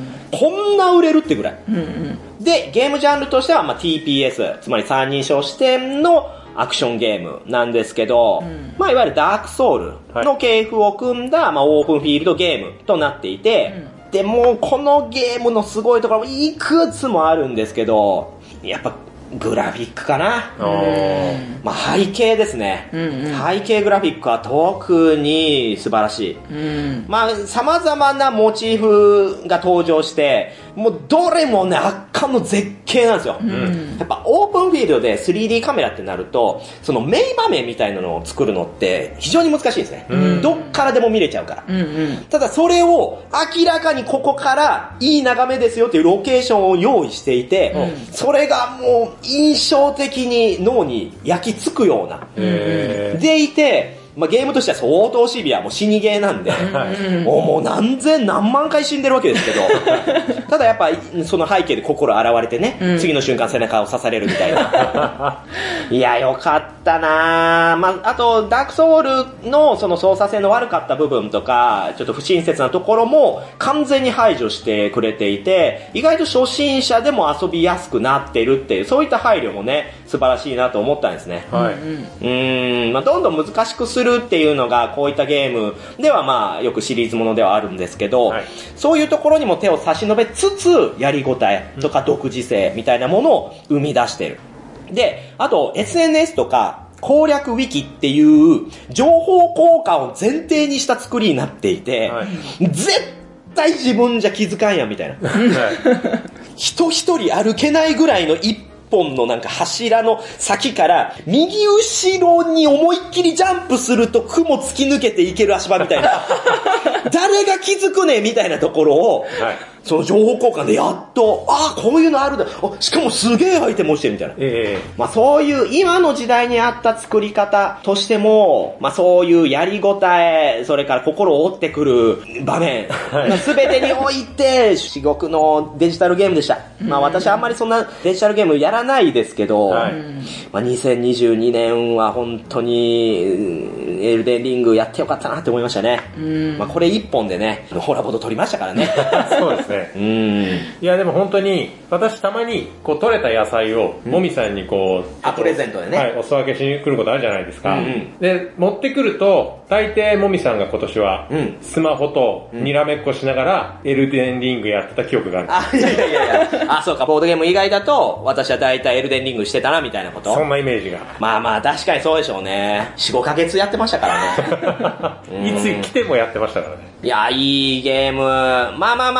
こんな売れるってぐらい、うんうん、でゲームジャンルとしては、まあ、ティーピーエス つまり三人称視点のアクションゲームなんですけど、うん、まあいわゆるダークソウルの系譜を組んだ、まあオープンフィールドゲームとなっていて、うん、でもうこのゲームのすごいところもいくつもあるんですけど、やっぱグラフィックかな。まあ背景ですね、うんうん、背景グラフィックは特に素晴らしい、うん、まあ様々なモチーフが登場してもうどれもね圧巻の絶景なんですよ、うん、やっぱオープンフィールドで スリーディー カメラってなるとその名場面みたいなのを作るのって非常に難しいんですね、うん、どっからでも見れちゃうから、うんうん、ただそれを明らかにここからいい眺めですよっていうロケーションを用意していて、うん、それがもう印象的に脳に焼き付くようなでいて、まあ、ゲームとしては相当シビア、もう死にゲーなんで、もうもう何千何万回死んでるわけですけど、ただやっぱその背景で心洗われてね、うん、次の瞬間背中を刺されるみたいな。いや、よかったなぁ。まあ、あと、ダークソウルのその操作性の悪かった部分とか、ちょっと不親切なところも完全に排除してくれていて、意外と初心者でも遊びやすくなっているっていう、そういった配慮もね、素晴らしいなと思ったんですね。はい。うーん、まあ、どんどん難しくするっていうのがこういったゲームではまあよくシリーズものではあるんですけど、はい、そういうところにも手を差し伸べつつやりごたえとか独自性みたいなものを生み出してる。で、あと エスエヌエス とか攻略ウィキっていう情報交換を前提にした作りになっていて、はい、絶対自分じゃ気づかんやみたいな、はい、人一人歩けないぐらいの一本のなんか柱の先から右後ろに思いっきりジャンプすると雲突き抜けていける足場みたいな誰が気づくねみたいなところを、はい、その情報交換でやっと、ああこういうのあるんだ、あしかもすげえアイテムをしてるみたいな、えー、まあそういう今の時代に合った作り方としても、まあそういうやりごたえ、それから心を折ってくる場面、はい、全てにおいて至極のデジタルゲームでした。まあ私あんまりそんなデジタルゲームやらないですけど、はい、まあにせんにじゅうにねんは本当にエルデンリングやってよかったなって思いましたね。まあこれ一本でね、ホラボド取りましたからね。 そうですね。うん、いやでも本当に私たまにこう取れた野菜をもみさんにこう、 あプレゼントでね、 はい、お裾分けしに来ることあるじゃないですか、うんうん、で持ってくると大抵もみさんが今年はスマホとにらめっこしながらエルデンリングやってた記憶がある、 あいやいやいやいやあそうか、ボードゲーム以外だと私は大体エルデンリングしてたなみたいなこと、 そんなイメージが、 まあまあ確かにそうでしょうね。 よん,ご ヶ月やってましたからねいつ来てもやってましたからね。 いやいいゲーム、まあまあまあでもね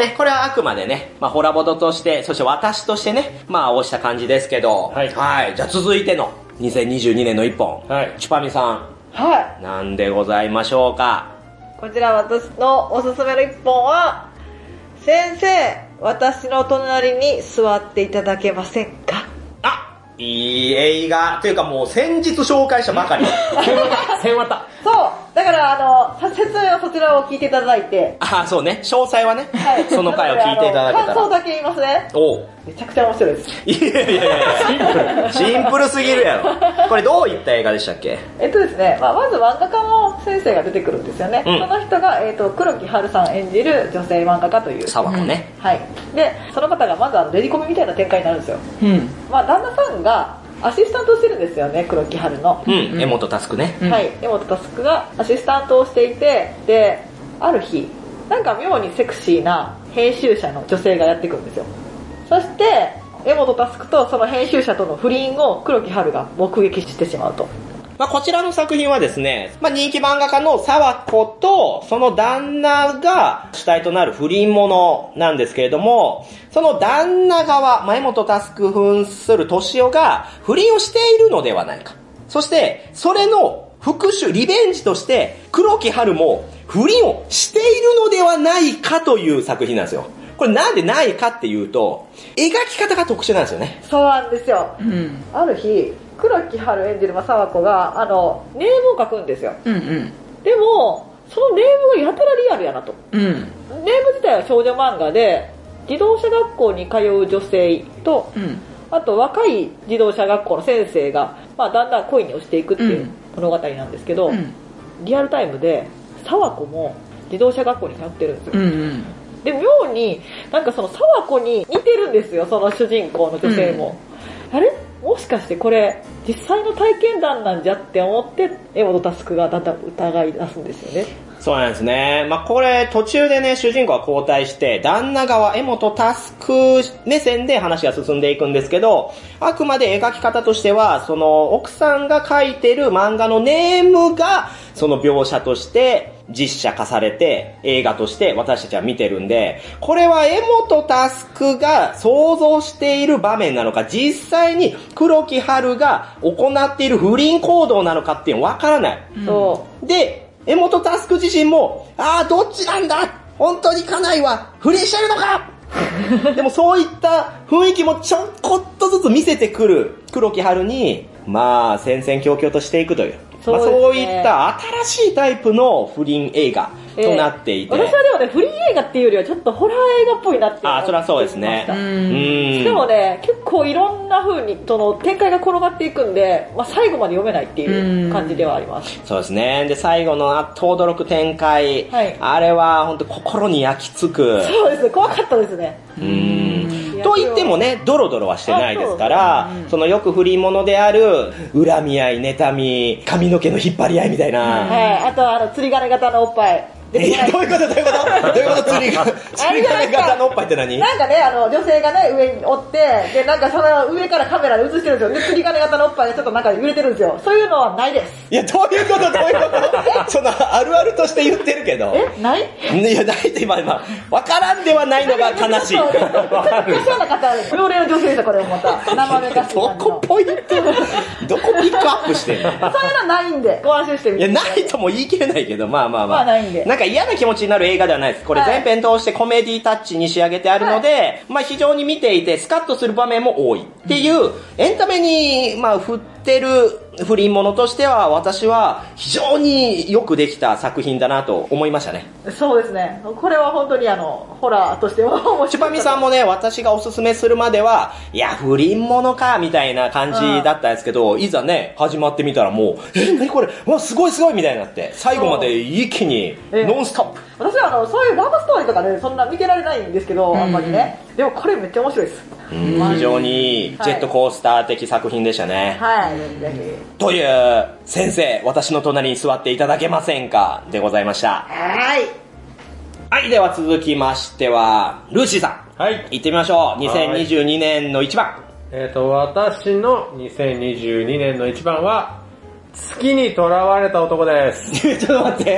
ね、これはあくまでね、まあ、ホラボドとして、そして私としてね、まあ、押した感じですけど、はい。はい。じゃあ続いてのにせんにじゅうにねんの一本。はい。チュパミさん。 はい。 なんでございましょうか。 こちら私のおすすめの一本は、先生、私の隣に座っていただけませんか？ あ、いい映画。というかもう先日紹介したばかり。 千綿。 そう。だからあの、説明はそちらを聞いていただいて。 あ、そうね。詳細はね。はい。その回を聞いていただけたら。 感想だけ言いますね。 おう。 めちゃくちゃ面白いです。 いやいやいやシンプル。シンプルすぎるやろ。これどういった映画でしたっけ？ えっとですね、まあ、まず漫画家の先生が出てくるんですよね。うん、その人が、えっと、黒木華さん演じる女性漫画家という。 沢子ね、 うん。はい。で、その方がまずあのレディコミみたいな展開になるんですよ。うん。まあ、旦那さんが、アシスタントをしてるんですよね、黒木華の。 うん、江本佑ね。 はい、江本佑がアシスタントをしていて、で、ある日、なんか妙にセクシーな編集者の女性がやってくるんですよ。そして、江本佑とその編集者との不倫を黒木華が目撃してしまうと。 まあ、こちらの作品はですね、まあ、人気漫画家の沢子と、その旦那が主体となる不倫者なんですけれども、その旦那側、前本佑扮する敏夫が不倫をしているのではないか。そして、それの復讐、リベンジとして、黒木華も不倫をしているのではないかという作品なんですよ。これなんでないかっていうと、描き方が特殊なんですよね。 そうなんですよ。うん、ある日、黒木華演じる沢子があのネームを書くんですよ、うんうん、でもそのネームがやたらリアルやなと、うん、ネーム自体は少女漫画で自動車学校に通う女性と、うん、あと若い自動車学校の先生が、まあ、だんだん恋に落ちていくっていう物語なんですけど、うん、リアルタイムで沢子も自動車学校に通ってるんですよ、うんうん、で妙になんかその沢子に似てるんですよ、その主人公の女性も、うん、あれもしかしてこれ実際の体験談なんじゃって思って江本佑がだんだん疑い出すんですよね。 そうなんですね。まあ、これ途中でね、主人公が交代して旦那側江本佑目線で話が進んでいくんですけど、あくまで描き方としてはその奥さんが書いてる漫画のネームがその描写として実写化されて映画として私たちは見てるんで、これは江本佑が想像している場面なのか、実際に黒木華が行っている不倫行動なのかっていうのわからない、うん、そうで江本佑自身もああどっちなんだ本当に家内は不倫してるのかでもそういった雰囲気もちょこっとずつ見せてくる黒木華にまあ戦々恐々としていくというそうですね、まあ、そういった新しいタイプの不倫映画となっていて、えー、 私はでもね不倫映画っていうよりはちょっとホラー映画っぽいなってあそれはそうですね。 うんでもね結構いろんな風にその展開が転がっていくんで、まあ、最後まで読めないっていう感じではあります。 そうですね。で最後のあっと驚く展開、はい、あれは本当心に焼き付く。 そうですね怖かったですね。 うんと言ってもねドロドロはしてないですから、そ, そのよく不倫者である恨み合い妬み髪の毛の引っ張り合いみたいな、 はい、あとはあの釣り鐘型のおっぱいえどういうことどういうことどういうこと釣り鐘型のおっぱいって何？ なんかねあの女性がね上におってでなんかその上からカメラで映してるんですよ。で釣り鐘型のおっぱいがちょっとなんか揺れてるんですよ。そういうのはないです。 いやどういうことどういうことそのあるあるとして言ってるけどえない？ いやないって今今分からんではないのが悲しい。 そうそうそうな方妙齢の女性ですこれもまた生めかしいどこポイントどこピックアップしてんの？そういうのはないんでご安心してみて。 いやないとも言い切れないけどまあまあまあ、 まあないんでなんか嫌な気持ちになる映画ではないです。これ全編通してコメディタッチに仕上げてあるので、はい、まあ非常に見ていてスカッとする場面も多いっていう、うん、エンタメにまあ振ってる不倫ものとしては私は非常によくできた作品だなと思いましたね。 そうですね。これは本当にあのホラーとしては面白い。 チュパミさんもね私がおすすめするまではいや不倫ものかみたいな感じだったんですけど、いざね始まってみたらもうえ何これわすごいすごいみたいになって最後まで一気にノンストップ。 私はあのそういうラブストーリーとかねそんな見てられないんですけど、うん、あんまりねでもこれめっちゃ面白いです。 うん、非常にジェットコースター的作品でしたね。 はい、ぜひ。 という先生私の隣に座っていただけませんかでございました。 はいはい。では続きましてはルーシーさん、はい、行ってみましょう。にせんにじゅうにねんのいちばん。 えっと私のにせんにじゅうにねんのいちばんは月に囚われた男です。 ちょっと待って。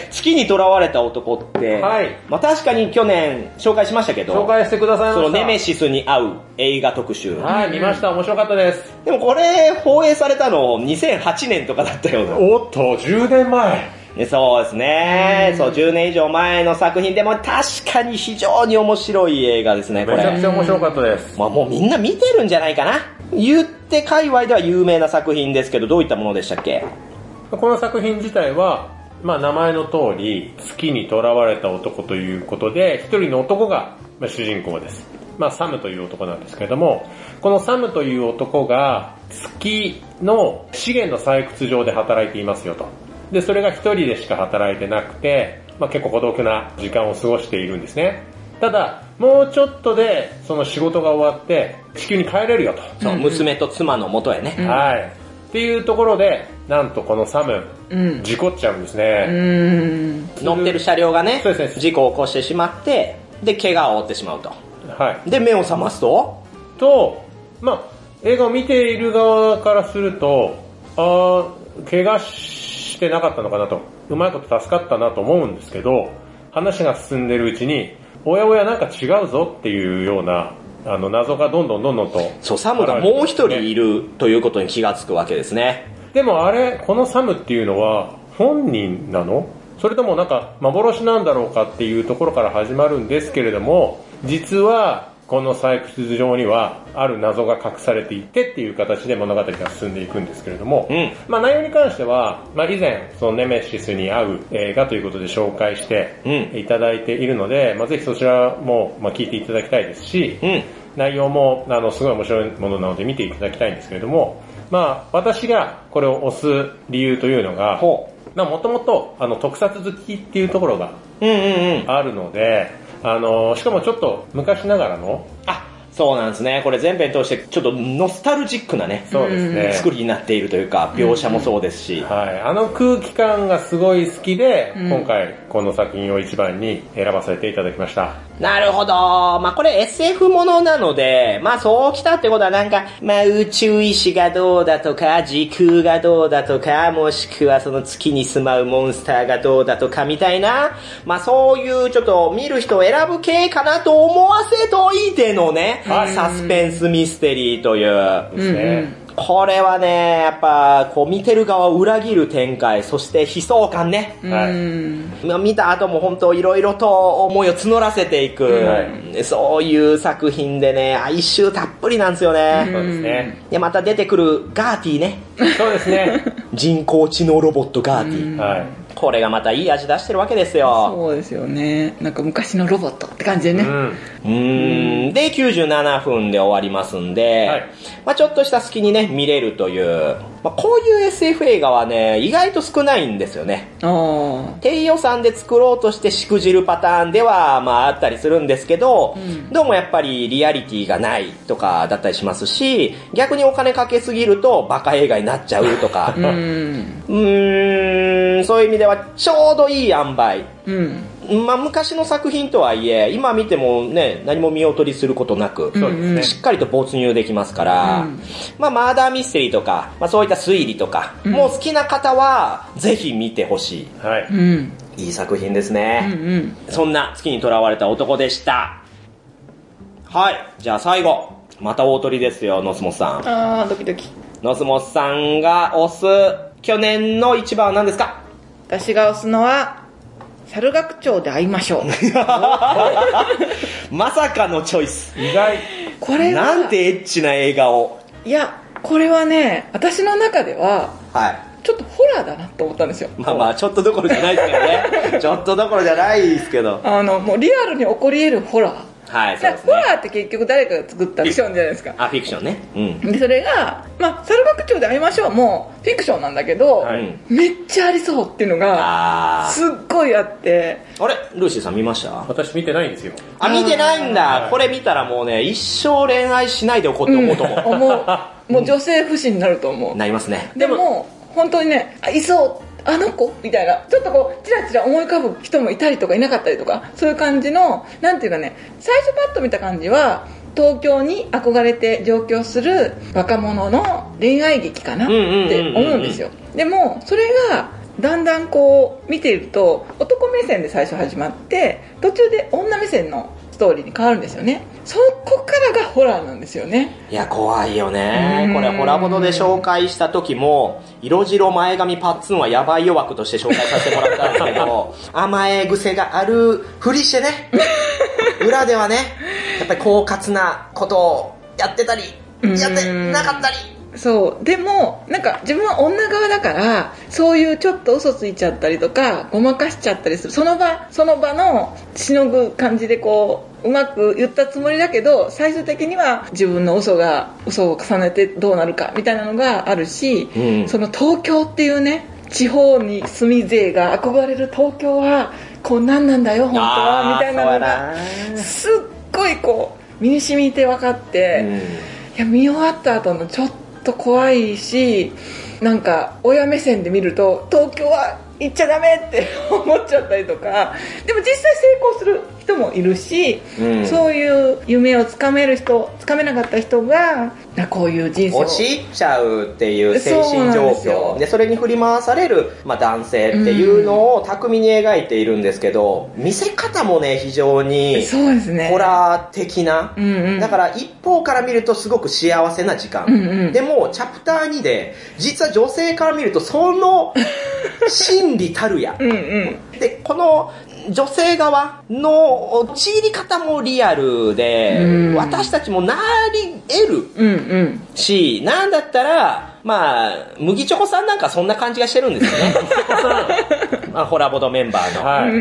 月に囚われた男って、はい。まあ確かに去年紹介しましたけど。 紹介してくださいました。 そのネメシスに合う映画特集。 はい、見ました。面白かったです。 でもこれ、放映されたのにせんはちねんとかだったような。 おっと、じゅうねんまえ。 そうですね、うん。そう、じゅうねん以上前の作品でも確かに非常に面白い映画ですね、これ。 めちゃくちゃ面白かったです。 まあもうみんな見てるんじゃないかな。言って界隈では有名な作品ですけど、どういったものでしたっけ？ この作品自体は、まあ名前の通り、月に囚われた男ということで、一人の男が主人公です。まあサムという男なんですけれども、このサムという男が月の資源の採掘場で働いていますよと。で、それが一人でしか働いてなくて、まあ結構孤独な時間を過ごしているんですね。ただ、もうちょっとで、その仕事が終わって、地球に帰れるよと。 そう、うんうん、娘と妻の元へね、うん。 はい。っていうところで、なんとこのサム、うん、事故っちゃうんですね。 うん乗ってる車両がね、そうですね、事故を起こしてしまって、で、怪我を負ってしまうと。はい。で、目を覚ますとと、まあ映画を見ている側からすると、あー、怪我してなかったのかなと。うまいこと助かったなと思うんですけど、話が進んでるうちに、おやおやなんか違うぞっていうような、あの謎がどんどんどんどんと、ね。 そう、サムがもう一人いるということに気がつくわけですね。 でもあれ、このサムっていうのは本人なの？それともなんか幻なんだろうかっていうところから始まるんですけれども、実はこの採掘場にはある謎が隠されていてっていう形で物語が進んでいくんですけれども、うん、まあ内容に関しては、まあ以前そのネメシスに合う映画ということで紹介していただいているので、うん、まあぜひそちらもまあ聞いていただきたいですし、うん、内容もあのすごい面白いものなので見ていただきたいんですけれども、まあ私がこれを推す理由というのが、もともと特撮好きっていうところがあるので、あのしかもちょっと昔ながらの、 あ、そうなんですね。これ全編通してちょっとノスタルジックなね、 そうですね、 作りになっているというか、描写もそうですし、 うん、はい、あの空気感がすごい好きで、うん、今回この作品を一番に選ばせていただきました。 なるほど。まあこれ エスエフ ものなので、まあそうきたってことはなんか、まあ宇宙意志がどうだとか、時空がどうだとか、もしくはその月に住まうモンスターがどうだとかみたいな、まあそういうちょっと見る人を選ぶ系かなと思わせといてのね、はい、サスペンスミステリーという。ですね。うんうん、これはね、やっぱ、こう見てる側を裏切る展開、そして悲壮感ね。はい。見た後も本当いろいろと思いを募らせていく、はい、そういう作品でね、哀愁たっぷりなんですよね。 そうですね。 で、また出てくるガーティね。 そうですね。 人工知能ロボットガーティ。はい。これがまたいい味出してるわけですよ。 そうですよね。なんか昔のロボットって感じでね。うん。 うーんで、きゅうじゅうななふんで終わりますんで、はい、まあちょっとした隙にね、見れるという、まあ、こういう エスエフ 映画はね、意外と少ないんですよね。低予算で作ろうとしてしくじるパターンでは、まああったりするんですけど、うん、どうもやっぱりリアリティがないとかだったりしますし、逆にお金かけすぎるとバカ映画になっちゃうとか、うん、うーんそういう意味ではちょうどいい塩梅。うんまあ昔の作品とはいえ、今見てもね、何も見劣りすることなく、そうですね、しっかりと没入できますから、うん、まあマーダーミステリーとか、まあそういった推理とか、うん、もう好きな方は、ぜひ見てほしい。はい。いい作品ですね。うんうん、そんな月に囚われた男でした。はい。じゃあ最後。また大鳥ですよ、ノスモスさん。 あー、ドキドキ。 ノスモスさんが推す、去年の一番は何ですか？ 私が推すのは、猿楽町で会いましょう。 まさかのチョイス。 意外。 これはなんてエッチな映画を。 いや、これはね、私の中では、はい。ちょっとホラーだなと思ったんですよ。 まあまあ、ちょっとどころじゃないですけどね。ちょっとどころじゃないですけど。 あの、もうリアルに起こり得るホラー。 はい、そうですね。 ホラーって結局誰かが作ったフィクションじゃないですか。 あ、フィクションね。 うん。で、それが、まあ、猿楽町で会いましょうもフィクションなんだけど、はい、めっちゃありそうっていうのが、すっごいあって。 あれルーシーさん見ました？ 私見てないんですよ。 あ、見てないんだ。これ見たらもうね、一生恋愛しないでおこうって思うと思う。 うん、思う。もう女性不信になると思う。 なりますね。 でも、本当にね、あ、いそう。あの子みたいな、ちょっとこうチラチラ思い浮かぶ人もいたりとかいなかったりとか、そういう感じの、なんていうかね、最初パッと見た感じは東京に憧れて上京する若者の恋愛劇かなって思うんですよ。でもそれがだんだんこう見ていると男目線で最初始まって途中で女目線のストーリーに変わるんですよね。そこからがホラーなんですよね。 いや怖いよね。これホラボドで紹介した時も色白前髪パッツンはヤバいよ枠として紹介させてもらったんですけど甘え癖があるふりしてね裏ではねやっぱり狡猾なことをやってたりやってなかったり。 そうでもなんか自分は女側だからそういうちょっと嘘ついちゃったりとかごまかしちゃったりするその場その場のしのぐ感じでこううまく言ったつもりだけど最終的には自分の嘘が嘘を重ねてどうなるかみたいなのがあるし、うん、その東京っていうね地方に住み勢が憧れる東京はこんなんなんだよ本当はみたいなのがすっごいこう身に染みて分かって、うん、いや見終わった後のちょっとと怖いしなんか親目線で見ると東京は行っちゃダメって思っちゃったりとかでも実際成功する人もいるし、うん、そういう夢をつかめる人つかめなかった人がこういう人生を陥っちゃうっていう精神状況 で, それに振り回される、まあ、男性っていうのを巧みに描いているんですけど、うん、見せ方もね非常にホラー的な、うんうん、だから一方から見るとすごく幸せな時間、うんうん、でもチャプターにで実は女性から見るとその心理たるやうん、うん、でこの女性側の陥り方もリアルで、うん、私たちもなり得るし、うんうん、なんだったらまあ麦チョコさんなんかそんな感じがしてるんですよねまあ、ホラボドメンバーの、はい、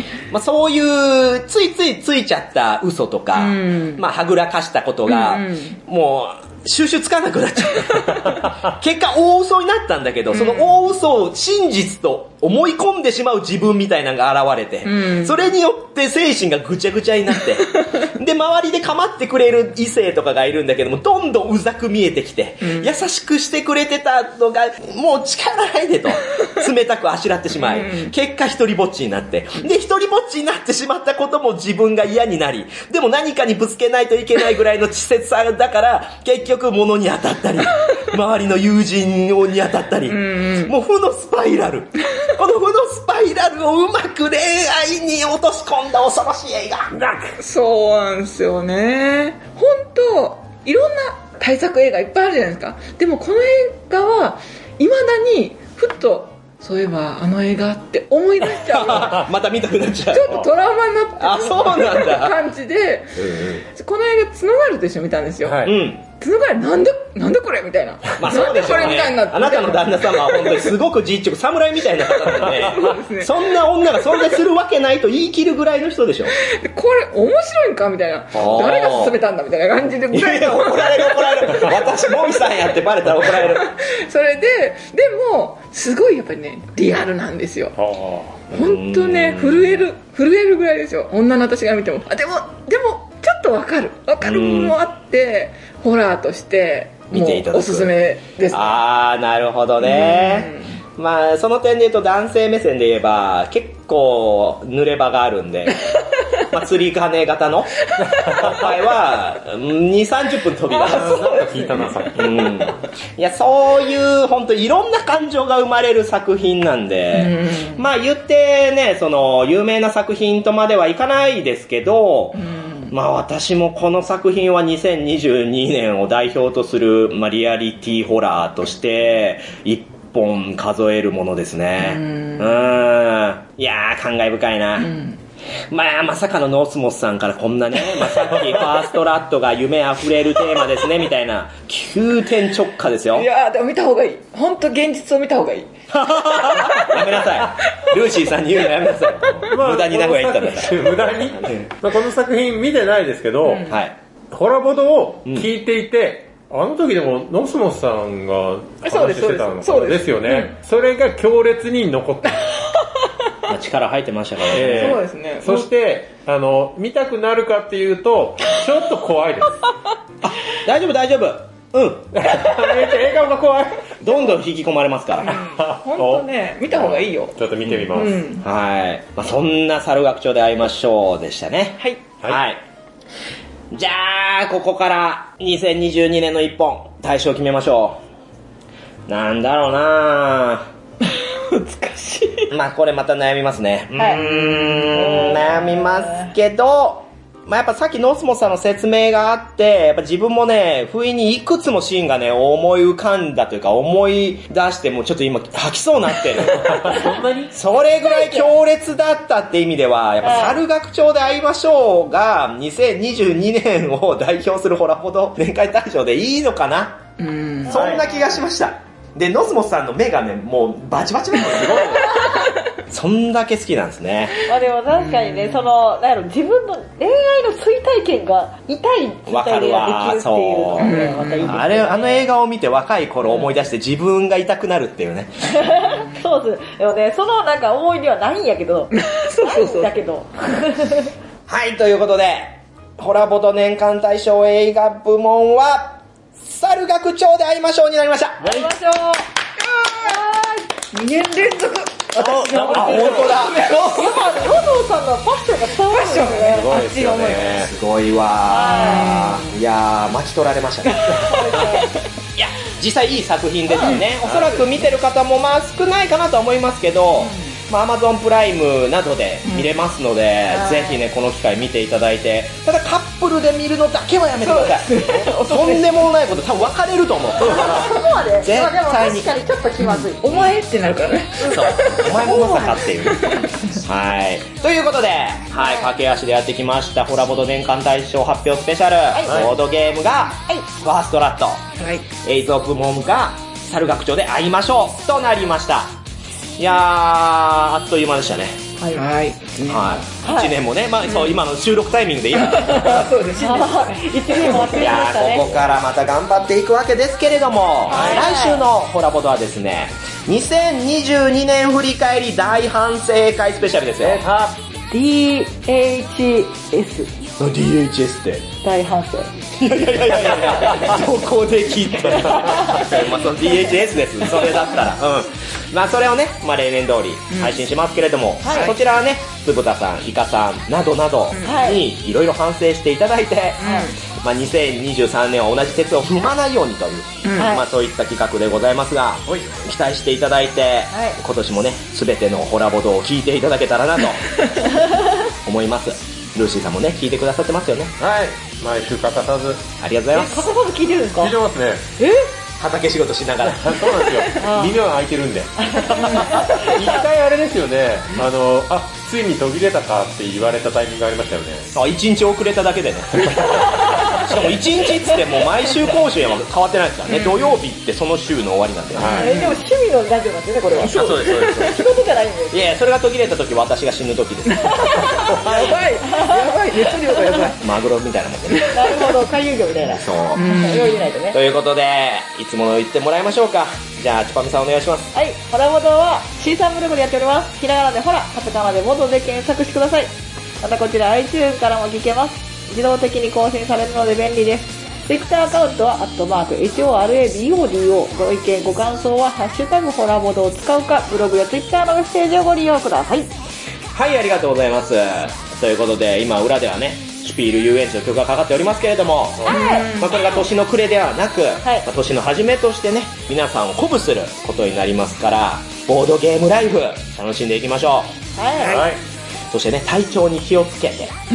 まあ、そういうついついついちゃった嘘とか、うん、まあはぐらかしたことが、うんうん、もう収集つかなくなっちゃった結果大嘘になったんだけど、うん、その大嘘を真実と思い込んでしまう自分みたいなのが現れて、うん、それによって精神がぐちゃぐちゃになってで周りで構ってくれる異性とかがいるんだけどもどんどんうざく見えてきて、うん、優しくしてくれてたのがもう力ないでと冷たくあしらってしまい、うん、結果一人ぼっちになってで一人ぼっちになってしまったことも自分が嫌になりでも何かにぶつけないといけないぐらいの稚拙さだから結局物に当たったり周りの友人に当たったり、うん、もう負のスパイラルこの負のスパイラルをうまく恋愛に落とし込んだ恐ろしい映画そうなんですよね。本当いろんな大作映画いっぱいあるじゃないですか。でもこの映画は未だにふっとそういえばあの映画って思い出しちゃうまた見たくなっちゃうちょっとトラウマになってるあそうなんだ感じでうん、この映画角ガエルと一緒に見たんですよ、はい、うん角ガエルなんでなんでこれみたいな、 まあそうでしょうね、なんでこれみたいになってあなたの旦那様は本当にすごく実直侍みたいな方なんで、ね、そんな女が存在するわけないと言い切るぐらいの人でしょこれ面白いんかみたいな誰が勧めたんだみたいな感じでいやいや怒られる怒られる私モミさんやってバレたら怒られるそれででもすごいやっぱりねリアルなんですよ本当ね震える震えるぐらいですよ女の私が見てもあでもでもちょっとわかるわかるものもあってホラーとしてもうおすすめです、ね、 ああなるほどねまあその点で言うと男性目線で言えば結構濡れ場があるんでまあ釣り鐘型のおっぱいはにじゅうさんじゅっぷん飛び出す聞いたなさっき、 うん、いやそういう本当いろんな感情が生まれる作品なんで、うん、まあ言ってねその有名な作品とまではいかないですけど、うんまあ私もこの作品はにせんにじゅうにねんを代表とする、まあ、リアリティホラーとして一本数えるものですね。うん。うんいやー感慨深いな。うんまあ、まさかのノースモスさんからこんなね、まあ、さっきファーストラットが夢あふれるテーマですねみたいな急転直下ですよ。 いやーでも見た方がいい本当現実を見た方がいいやめなさいルーシーさんに言うのやめなさい、まあ、無駄に名古屋行ったんだから無駄に、まあ、この作品見てないですけど、うん、ホラボドを聞いていて、うん、あの時でもノースモスさんが話してたのですよね、うん、それが強烈に残って力入ってましたからね、 えー、そうですね。 そしてあの見たくなるかっていうとちょっと怖いですあ大丈夫大丈夫うん映画が怖いどんどん引き込まれますから、 本当ね見た方がいいよ。 ちょっと見てみます、うん、 はい、まあ、そんな猿学長で会いましょうでしたね。 はい、 はいはい、 じゃあ、ここからにせんにじゅうにねんの一本、大賞決めましょう。なんだろうな難しい。 まあこれまた悩みますね。 はいうーん、悩みますけど、まあやっぱさっきノスモさんの説明があって、やっぱ自分もね、不意にいくつもシーンがね、思い浮かんだというか、思い出してもうちょっと今吐きそうになってる。 そんなにそれぐらい強烈だったって意味では、やっぱ猿学長で会いましょうが、にせんにじゅうにねんを代表するホラボド年間大賞でいいのかな、 うん。 そんな気がしました。で、ノスモスさんの目がね、もうバチバチなのすごい。そんだけ好きなんですね。 まあでも確かにね、その、なんやろ、自分の恋愛の追体験が痛い追体験ができるっていうのがね、またいいですね。 あれ、あの映画を見て若い頃思い出して自分が痛くなるっていうね。 そうです。でもね、そのなんか思い出はないんやけど、 そうそうそう。 だけど。 はい、ということで、ホラボド年間大賞映画部門は、猿学長で会いましょうになりました。 やりましょう。 にねん連続。私のあ、本当だ。 やっぱ、ロドーさんのパッションが伝わるんですね。 すごいですよね。 すごいわー。いやー、巻き取られましたね。いや、実際いい作品ですね。おそらく見てる方もまあ少ないかなとは思いますけど、まあ、Amazon プライムなどで見れますので、うん、ぜひね、この機会見ていただいて、ただカップルで見るのだけはやめてください。とんでもないこと、多分別れると思う。 そこまで絶対に。 確かにちょっと気まずい。 お前ってなるからね。 そう。お前もまさかっていう。はい。ということで、はい、駆け足でやってきました、ホラボド年間大賞発表スペシャル。はい、ボードゲームが、はい、ファーストラット。はい。映像部門が、猿学長で会いましょうとなりました。いやー、あっという間でしたね。 はい。はい。 はい。いちねんもね、まあ、そう、今の収録タイミングで今。 そうですね。 いちねんも忘れましたね。 いやー、ここからまた頑張っていくわけですけれども、来週のホラボドはですね、にせんにじゅうにねん振り返り大反省会スペシャルですよ。 ディーエイチエス。 ディーエイチエス って。 大反省。 いやいやいやいやいや、どこで聞いたまあその ディーエイチエス です。それだったら。うん。まあそれをね、まあ例年通り配信しますけれども、うん、こちらはね、つぶたさん、イカさんなどなどにいろいろ反省していただいて、うん、まあにせんにじゅうさんねんは同じ鉄を踏まないようにという、うん、まあそういった企画でございますが、はい、期待していただいて、はい、今年もね、すべてのホラボドを聞いていただけたらなと思います。ルーシーさんもね、聞いてくださってますよね。 はい。毎週欠かさず。 ありがとうございます。 欠かさず聞いてるんですか？ 聞いてますね。 え？ 畑仕事しながら。 そうなんですよ。耳が開いてるんで。一回あれですよね。あの、あ、ついに途切れたかって言われたタイミングがありましたよね。 あ、一日遅れただけでね。しかも一日っつっても毎週講習は変わってないですからね。土曜日ってその週の終わりなんで。 はい、えー、でも趣味のラジオなんですよね、これは。 そうです、そうです。 仕事じゃないんです。 いや、それが途切れた時私が死ぬ時です。 やばい、やばい、熱量がやばい。 マグロみたいなもんでね。 なるほど、回遊魚みたいな。 そう。 用意でないとね。 ということで、いつもの言ってもらいましょうか。じゃあ、チュパミさんお願いします。 はい、ホラボドは シーさん ブログでやっております。ひらがなでホラ、カタカナでボドで検索してください。またこちら iTunes からも聞けます。自動的に更新されるので便利です。Twitter アカウントは、アットマーク、エイチオーアールエービーオーディーオー。ご意見、ご感想は、ハッシュタグホラボドを使うか、ブログや Twitter のメッセージをご利用ください。 はい、ありがとうございます。ということで、今裏ではね、シュピール遊園地の曲がかかっておりますけれども、まあ、これが年の暮れではなく、はい、まあ、年の初めとしてね、皆さんを鼓舞することになりますから、ボードゲームライフ、楽しんでいきましょう。 はい。はい、 そしてね、体調に気をつけて、うん、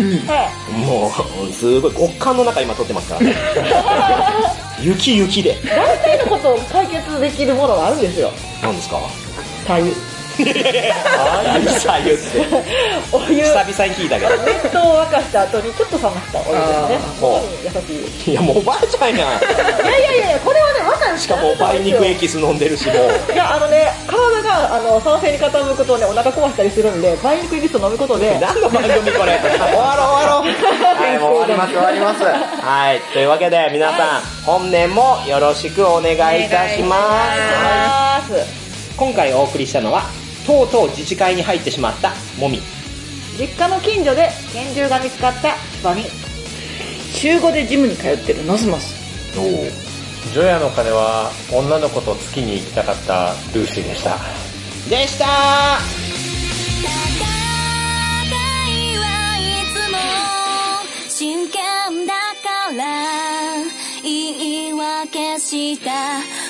もう、すごい、極寒の中今撮ってますからね。雪雪で。 大体のことを解決できるものがあるんですよ。 何ですか？ 左右。 左右って。 お湯。 久々に聞いたけど。 熱湯を沸かした後にちょっと冷ましたお湯ですね。もう優しい。 いや、もうおばあちゃんやん。いやいやいや、これはね、わかる。 しかも梅肉エキス飲んでるし、もう。 いや、あのね、体が、あの、酸性に傾くとね、お腹壊したりするんで、梅肉エキスを飲むことで。 何の番組これ。終わろう終わろう。はい、もう終わります終わります。はい、というわけで、皆さん、はい、本年もよろしくお願いいたします。今回お送りしたのは、とうとう自治会に入ってしまったもみ。 実家の近所で拳銃が見つかったバミ。 週ごでジムに通ってるノスモス。 おお。ジョヤの鐘は女の子と月に行きたかったルーシーでした。 でしたー。 戦いはいつも真剣だした